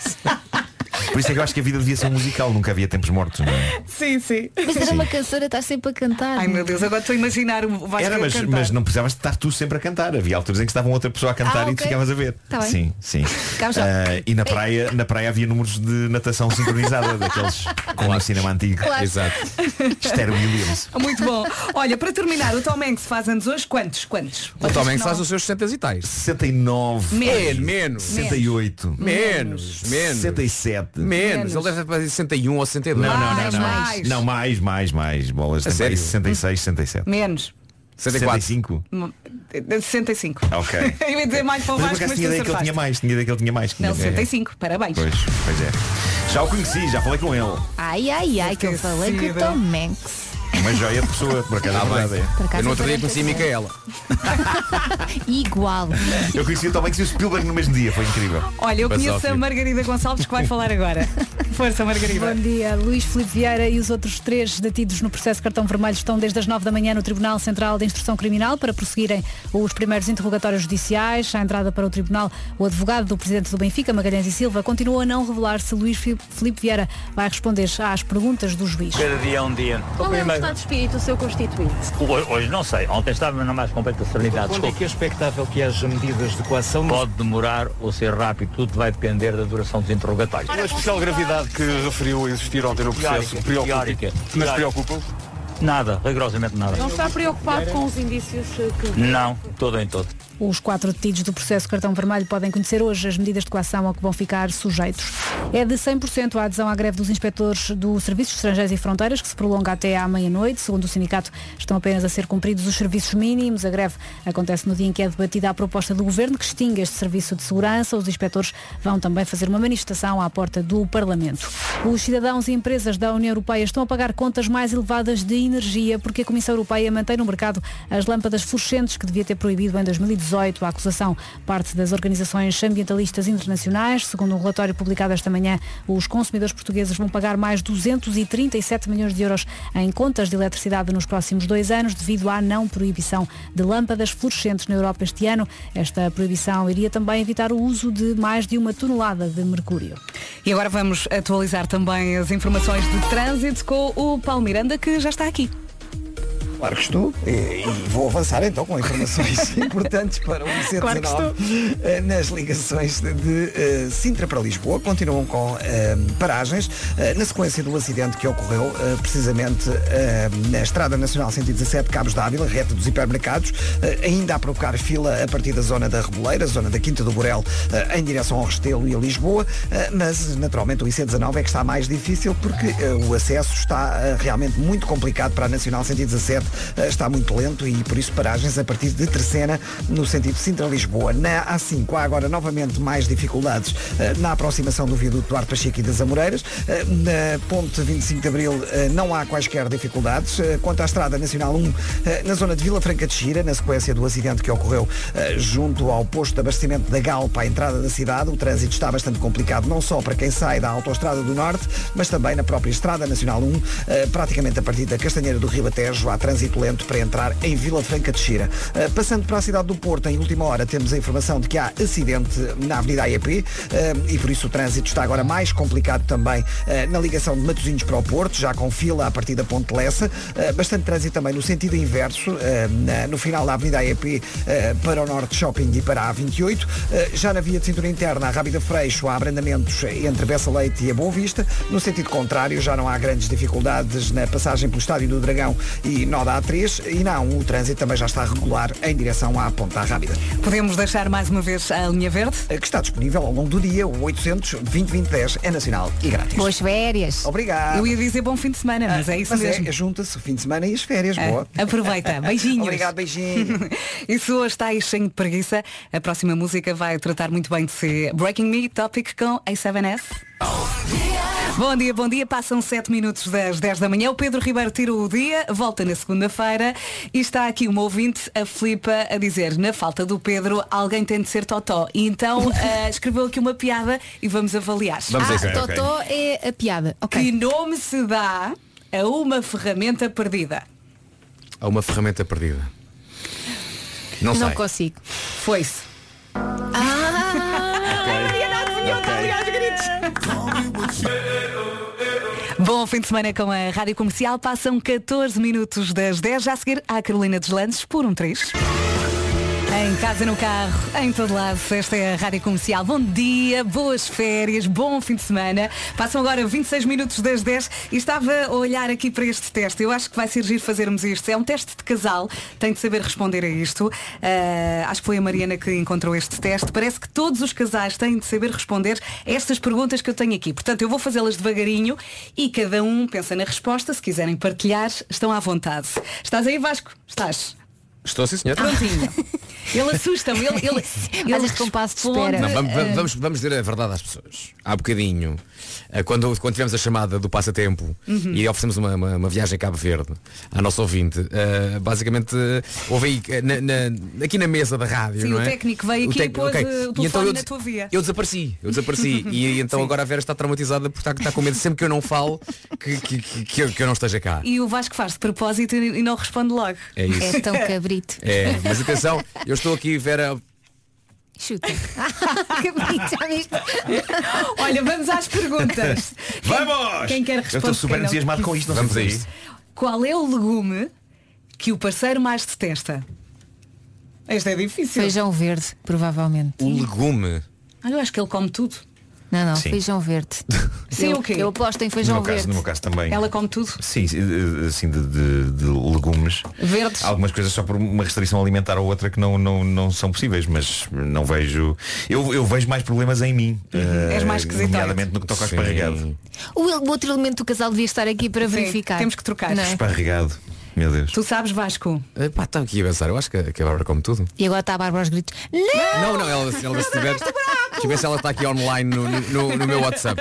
Por isso é que eu acho que a vida devia ser um musical, nunca havia tempos mortos, não é? Sim. Mas era uma cantora, estás sempre a cantar. Ai meu Deus, agora estou a imaginar o Vasco a cantar. Mas não precisavas de estar tu sempre a cantar. Havia alturas em que estava outra pessoa a cantar e tu ficavas a ver. Tá bem. Sim. E na praia havia números de natação sincronizada, daqueles com o cinema antigo. Claro. Exato. Estéreo Williams. Muito bom. Olha, para terminar, o Tom Hanks faz anos hoje quantos? O Tom Hanks faz os seus 60 e tais. 69. Menos. 68. Menos. 67. Menos. Ele deve fazer 61 ou 62. Não, mais. Bolas. A sério? 66, 67. Menos. 65. 65. Ok. Eu ia dizer mais para o Vasco, mas tinha ideia que ele tinha mais. Não, 65. Parabéns. Pois é. Já o conheci, já falei com ele. Ai, que eu falei com o Tom Hanks. uma joia de pessoa, por acaso. Eu no outro dia conheci a Micaela. Igual. Eu conheci o Tom Hanks e o Spielberg no mesmo dia, foi incrível. Olha, eu conheço a Margarida Gonçalves que vai falar agora. Força, Margarida. Bom dia. Luís Filipe Vieira e os outros 3 detidos no processo cartão vermelho estão desde as 9 da manhã no Tribunal Central de Instrução Criminal para prosseguirem os primeiros interrogatórios judiciais. À entrada para o tribunal, o advogado do presidente do Benfica, Magalhães e Silva, continua a não revelar se Luís Filipe Vieira vai responder às perguntas do juiz. Cada dia é um dia. Qual é o estado de espírito, o seu constituinte? Hoje não sei. Ontem estava na mais completa serenidade. Quando é que é expectável que haja medidas de coação? Pode demorar ou ser rápido. Tudo vai depender da duração dos interrogatórios. A especial gravidade que referiu existir ontem no processo preocupa. Mas preocupa? Nada, rigorosamente nada. Não está preocupado com os indícios que... Não, todo em todo. Os 4 detidos do processo cartão vermelho podem conhecer hoje as medidas de coação a que vão ficar sujeitos. É de 100% a adesão à greve dos inspectores do Serviços Estrangeiros e Fronteiras, que se prolonga até à meia-noite. Segundo o sindicato, estão apenas a ser cumpridos os serviços mínimos. A greve acontece no dia em que é debatida a proposta do Governo que extingue este serviço de segurança. Os inspectores vão também fazer uma manifestação à porta do Parlamento. Os cidadãos e empresas da União Europeia estão a pagar contas mais elevadas de energia porque a Comissão Europeia mantém no mercado as lâmpadas fluorescentes que devia ter proibido em 2018. A acusação parte das organizações ambientalistas internacionais. Segundo um relatório publicado esta manhã, os consumidores portugueses vão pagar mais 237 milhões de euros em contas de eletricidade nos próximos 2 anos devido à não proibição de lâmpadas fluorescentes na Europa este ano. Esta proibição iria também evitar o uso de mais de 1 tonelada de mercúrio. E agora vamos atualizar também as informações de trânsito com o Paulo Miranda, que já está aqui. Claro que estou, e vou avançar então com informações importantes para o IC19. Claro que estou. Nas ligações de Sintra para Lisboa continuam com paragens na sequência do acidente que ocorreu precisamente na Estrada Nacional 117 Cabos da Ávila, reta dos hipermercados, ainda a provocar fila a partir da zona da Reboleira, zona da Quinta do Borel, em direção ao Restelo e a Lisboa, mas naturalmente o IC19 é que está mais difícil porque o acesso está realmente muito complicado para a Nacional 117. Está muito lento e por isso paragens a partir de Terceira no sentido Sintra-Lisboa. Na A5 há agora novamente mais dificuldades na aproximação do viaduto Duarte Pacheco e das Amoreiras. Na ponte 25 de Abril não há quaisquer dificuldades. Quanto à Estrada Nacional 1, na zona de Vila Franca de Xira, na sequência do acidente que ocorreu junto ao posto de abastecimento da Galpa à entrada da cidade, o trânsito está bastante complicado, não só para quem sai da Autoestrada do Norte, mas também na própria Estrada Nacional 1, praticamente a partir da Castanheira do Ribatejo, há trânsito lento para entrar em Vila Franca de Xira. Passando para a cidade do Porto, em última hora temos a informação de que há acidente na Avenida AEP e por isso o trânsito está agora mais complicado também na ligação de Matosinhos para o Porto, já com fila a partir da Ponte Lessa. Bastante trânsito também no sentido inverso, no final da Avenida AEP para o Norte Shopping e para a A28. Já na via de cintura interna, a Rábida Freixo, há abrandamentos entre Bessa Leite e a Boa Vista. No sentido contrário, já não há grandes dificuldades na passagem pelo Estádio do Dragão e nó da A3 e não, o trânsito também já está regular em direção à Ponta Rábida. Podemos deixar mais uma vez a linha verde? Que está disponível ao longo do dia, o 800 2010 é nacional e grátis. Boas férias. Obrigado. Eu ia dizer bom fim de semana, mas é isso mesmo. Junta-se o fim de semana e as férias, boa. Aproveita, beijinhos. Obrigado, beijinho. E se hoje está aí cheio de preguiça, a próxima música vai tratar muito bem de si. Breaking Me, Topic com A7S. Bom dia, passam 7 minutos das 10 da manhã. O Pedro Ribeiro tira o dia, volta na segunda-feira e está aqui uma ouvinte, a Filipa, a dizer: na falta do Pedro, alguém tem de ser Totó. E então escreveu aqui uma piada e vamos avaliar. Totó é a piada. Que nome se dá a uma ferramenta perdida? A uma ferramenta perdida? Não sei. Não consigo. Foi-se. Bom fim de semana com a Rádio Comercial. Passam 14 minutos das 10. Já a seguir à Carolina Deslandes por um 3. Em casa, no carro, em todo lado, esta é a Rádio Comercial. Bom dia, boas férias, bom fim de semana. Passam agora 26 minutos das 10 e estava a olhar aqui para este teste. Eu acho que vai ser giro fazermos isto. É um teste de casal, tem de saber responder a isto. Acho que foi a Mariana que encontrou este teste. Parece que todos os casais têm de saber responder a estas perguntas que eu tenho aqui. Portanto, eu vou fazê-las devagarinho e cada um pensa na resposta. Se quiserem partilhar, estão à vontade. Estás aí, Vasco? Estás? Estou, sim, senhor. Prontinho. Ele assusta-me. Ele com passo de espera. Não, vamos dizer a verdade às pessoas. Há bocadinho, quando tivemos a chamada do passatempo e oferecemos uma viagem a Cabo Verde à nossa ouvinte, basicamente houve aí aqui na mesa da rádio. Sim, não o é? técnico veio aqui e pôs o telefone então na tua via. Eu desapareci. E então agora a Vera está traumatizada porque está com medo sempre que eu não falo que eu não esteja cá. E o Vasco faz de propósito e não responde logo. É isso. É tão cabrito. É, mas atenção, eu estou aqui, Vera. Chuta. Cabrito, já viste? Olha, vamos às perguntas. Vamos! Quem quer responder? Eu estou super entusiasmado com isto. Não vamos sei a isto. Qual é o legume que o parceiro mais detesta? Este é difícil. Feijão verde, provavelmente. O legume. Eu acho que ele come tudo. Não, Sim. feijão verde. Sim, o quê? Eu aposto em feijão verde. No meu caso também. Ela come tudo? Sim, assim de legumes. Verdes. Algumas coisas só por uma restrição alimentar ou outra que não são possíveis, mas não vejo. Eu vejo mais problemas em mim. És mais esquisitoide. Nomeadamente no que toca ao esparregado. O outro elemento do casal devia estar aqui para verificar. Temos que trocar. Não é? Esparregado. Meu Deus. Tu sabes, Vasco? Está aqui a pensar. Eu acho que a Bárbara come tudo. E agora está a Bárbara aos gritos. Não, ela se tiver. Deixa eu ver se ela está aqui online no meu WhatsApp.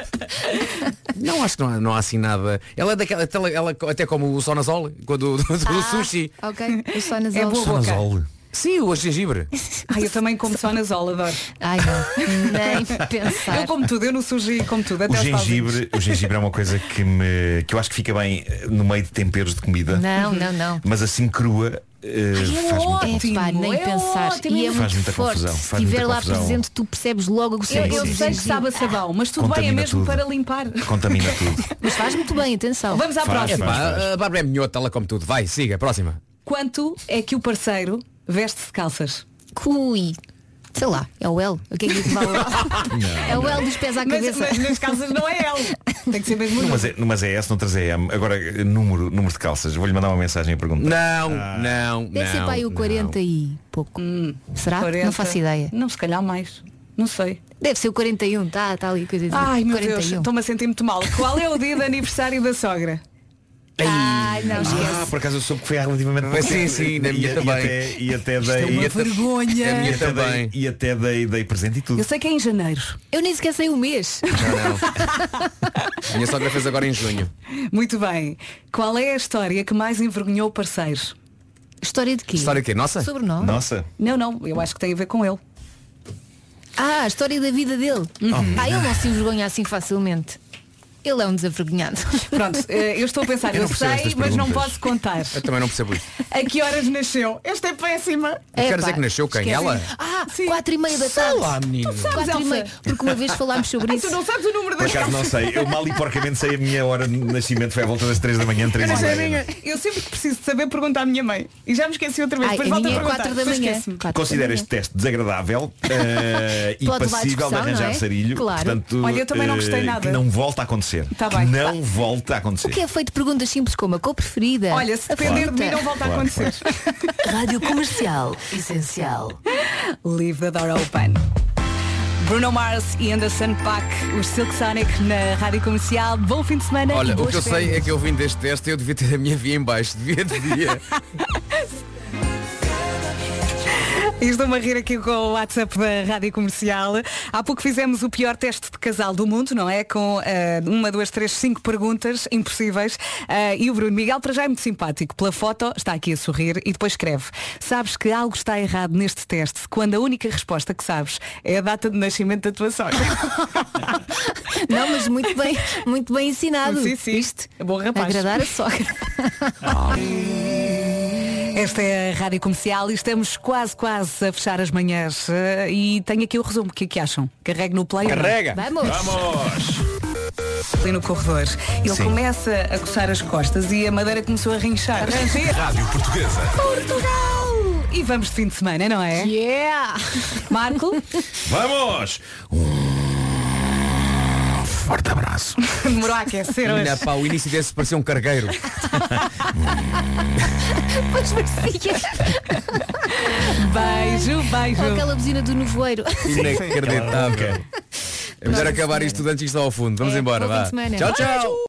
Não, acho que não há assim nada. Ela é daquela. Ela até como o sonazol do sushi. Ok, o sonazol. É boa boca. Sonazol. Sim, o gengibre. Eu também como sonazol, adoro. Ai não, nem pensar. Eu como tudo, eu no sushi como tudo. Até O gengibre é uma coisa que eu acho que fica bem no meio de temperos de comida. Não. Mas assim crua. Faz muita confusão. Pá, nem pensar. Ótimo. E é Faz muito muita forte. confusão. Se Faz estiver muita lá confusão. presente, tu percebes logo o Eu sabor. sei que sabe a sabão, mas tudo bem, é Contamina mesmo tudo. para limpar. Contamina tudo. Mas faz muito bem, atenção. Vamos à próxima. A Bárbara é minhota, ela come tudo. Vai, siga, próxima. Quanto é que o parceiro veste de calças? Cui. Sei lá, é o L. O que é que vale lá? É o L dos pés à cabeça. Mas nas calças não é L. Tem que ser mesmo Numas é S, noutras é M. Agora, número de calças. Vou-lhe mandar uma mensagem a perguntar. Não. Deve ser para aí o 40 e pouco. Será? 40. Não faço ideia. Não, se calhar mais. Não sei. Deve ser o 41, tá ali coisa assim. Ai, meu 41. Deus, estou-me a sentir muito mal. Qual é o dia de aniversário da sogra? Ai, não esquece. Por acaso eu soube que foi há relativamente pouco tempo. Sim, na minha também. E até Isto é uma vergonha. A minha também. E até dei presente e tudo. Eu sei que é em janeiro. Eu nem sequer sei o mês. Não. Minha sogra fez agora em junho. Muito bem. Qual é a história que mais envergonhou o parceiro? História de quê? História de quê? Nossa? Sobre nós? Nossa. Não, eu acho que tem a ver com ele. A história da vida dele. Ele não se envergonha assim facilmente. Ele é um desavergonhado. Pronto, eu estou a pensar, eu sei, mas não posso contar. Eu também não percebo isso. A que horas nasceu? Esta é péssima. Quer dizer que nasceu quem? Ela? 4:30 da tarde. Lá, menino. 4:30. Porque uma vez falámos sobre isso. Tu não sabes o número Por das acaso não sei. Eu mal e porcamente sei a minha hora de nascimento. Foi à volta das 3 da manhã, 3:30. Eu sempre que preciso de saber pergunto à minha mãe. E já me esqueci outra vez. Depois a volto a minha é perguntar. 4 da Depois manhã. esqueço-me. Considero este teste desagradável e Pode levar à passível de discussão, arranjar não é? sarilho. Claro. Portanto, Olha, eu também não gostei nada. Que não volta a acontecer. Tá bem. Não volta a acontecer. O que é feito de perguntas simples como a cor preferida? Olha, se depender de mim não volta a acontecer. Rádio Comercial. Essencial. Leave the door open. Bruno Mars e Anderson .Paak, os Silk Sonic na Rádio Comercial. Bom fim de semana. Olha, e o boas que eu férias. sei é que eu vim deste teste, eu devia ter a minha via em baixo. Devia. E estou-me a rir aqui com o WhatsApp da Rádio Comercial. Há pouco fizemos o pior teste de casal do mundo, não é? Com 1, 2, 3, 5 perguntas impossíveis. E o Bruno Miguel, para já é muito simpático. Pela foto, está aqui a sorrir e depois escreve: sabes que algo está errado neste teste quando a única resposta que sabes é a data de nascimento da tua sogra. Não, mas muito bem ensinado. Sim. Isto, é bom rapaz. agradar a sogra. Esta é a Rádio Comercial e estamos quase a fechar as manhãs. E tenho aqui o resumo. O que é que acham? Carregue no play? Carrega! Vamos! Ali no corredor. Ele Sim. começa a coçar as costas e a madeira começou a rinchar. Rádio Portuguesa. Portugal! E vamos de fim de semana, não é? Yeah! Marco? Vamos! Forte abraço. Demorou a aquecer hoje. Ainda, pá, o início desse parecia um cargueiro. Pois parecia. Beijo. Com aquela buzina do nevoeiro. Inacreditável. É melhor acabar isto antes de ir ao fundo. Vamos embora, bom fim vá. de semana. Tchau.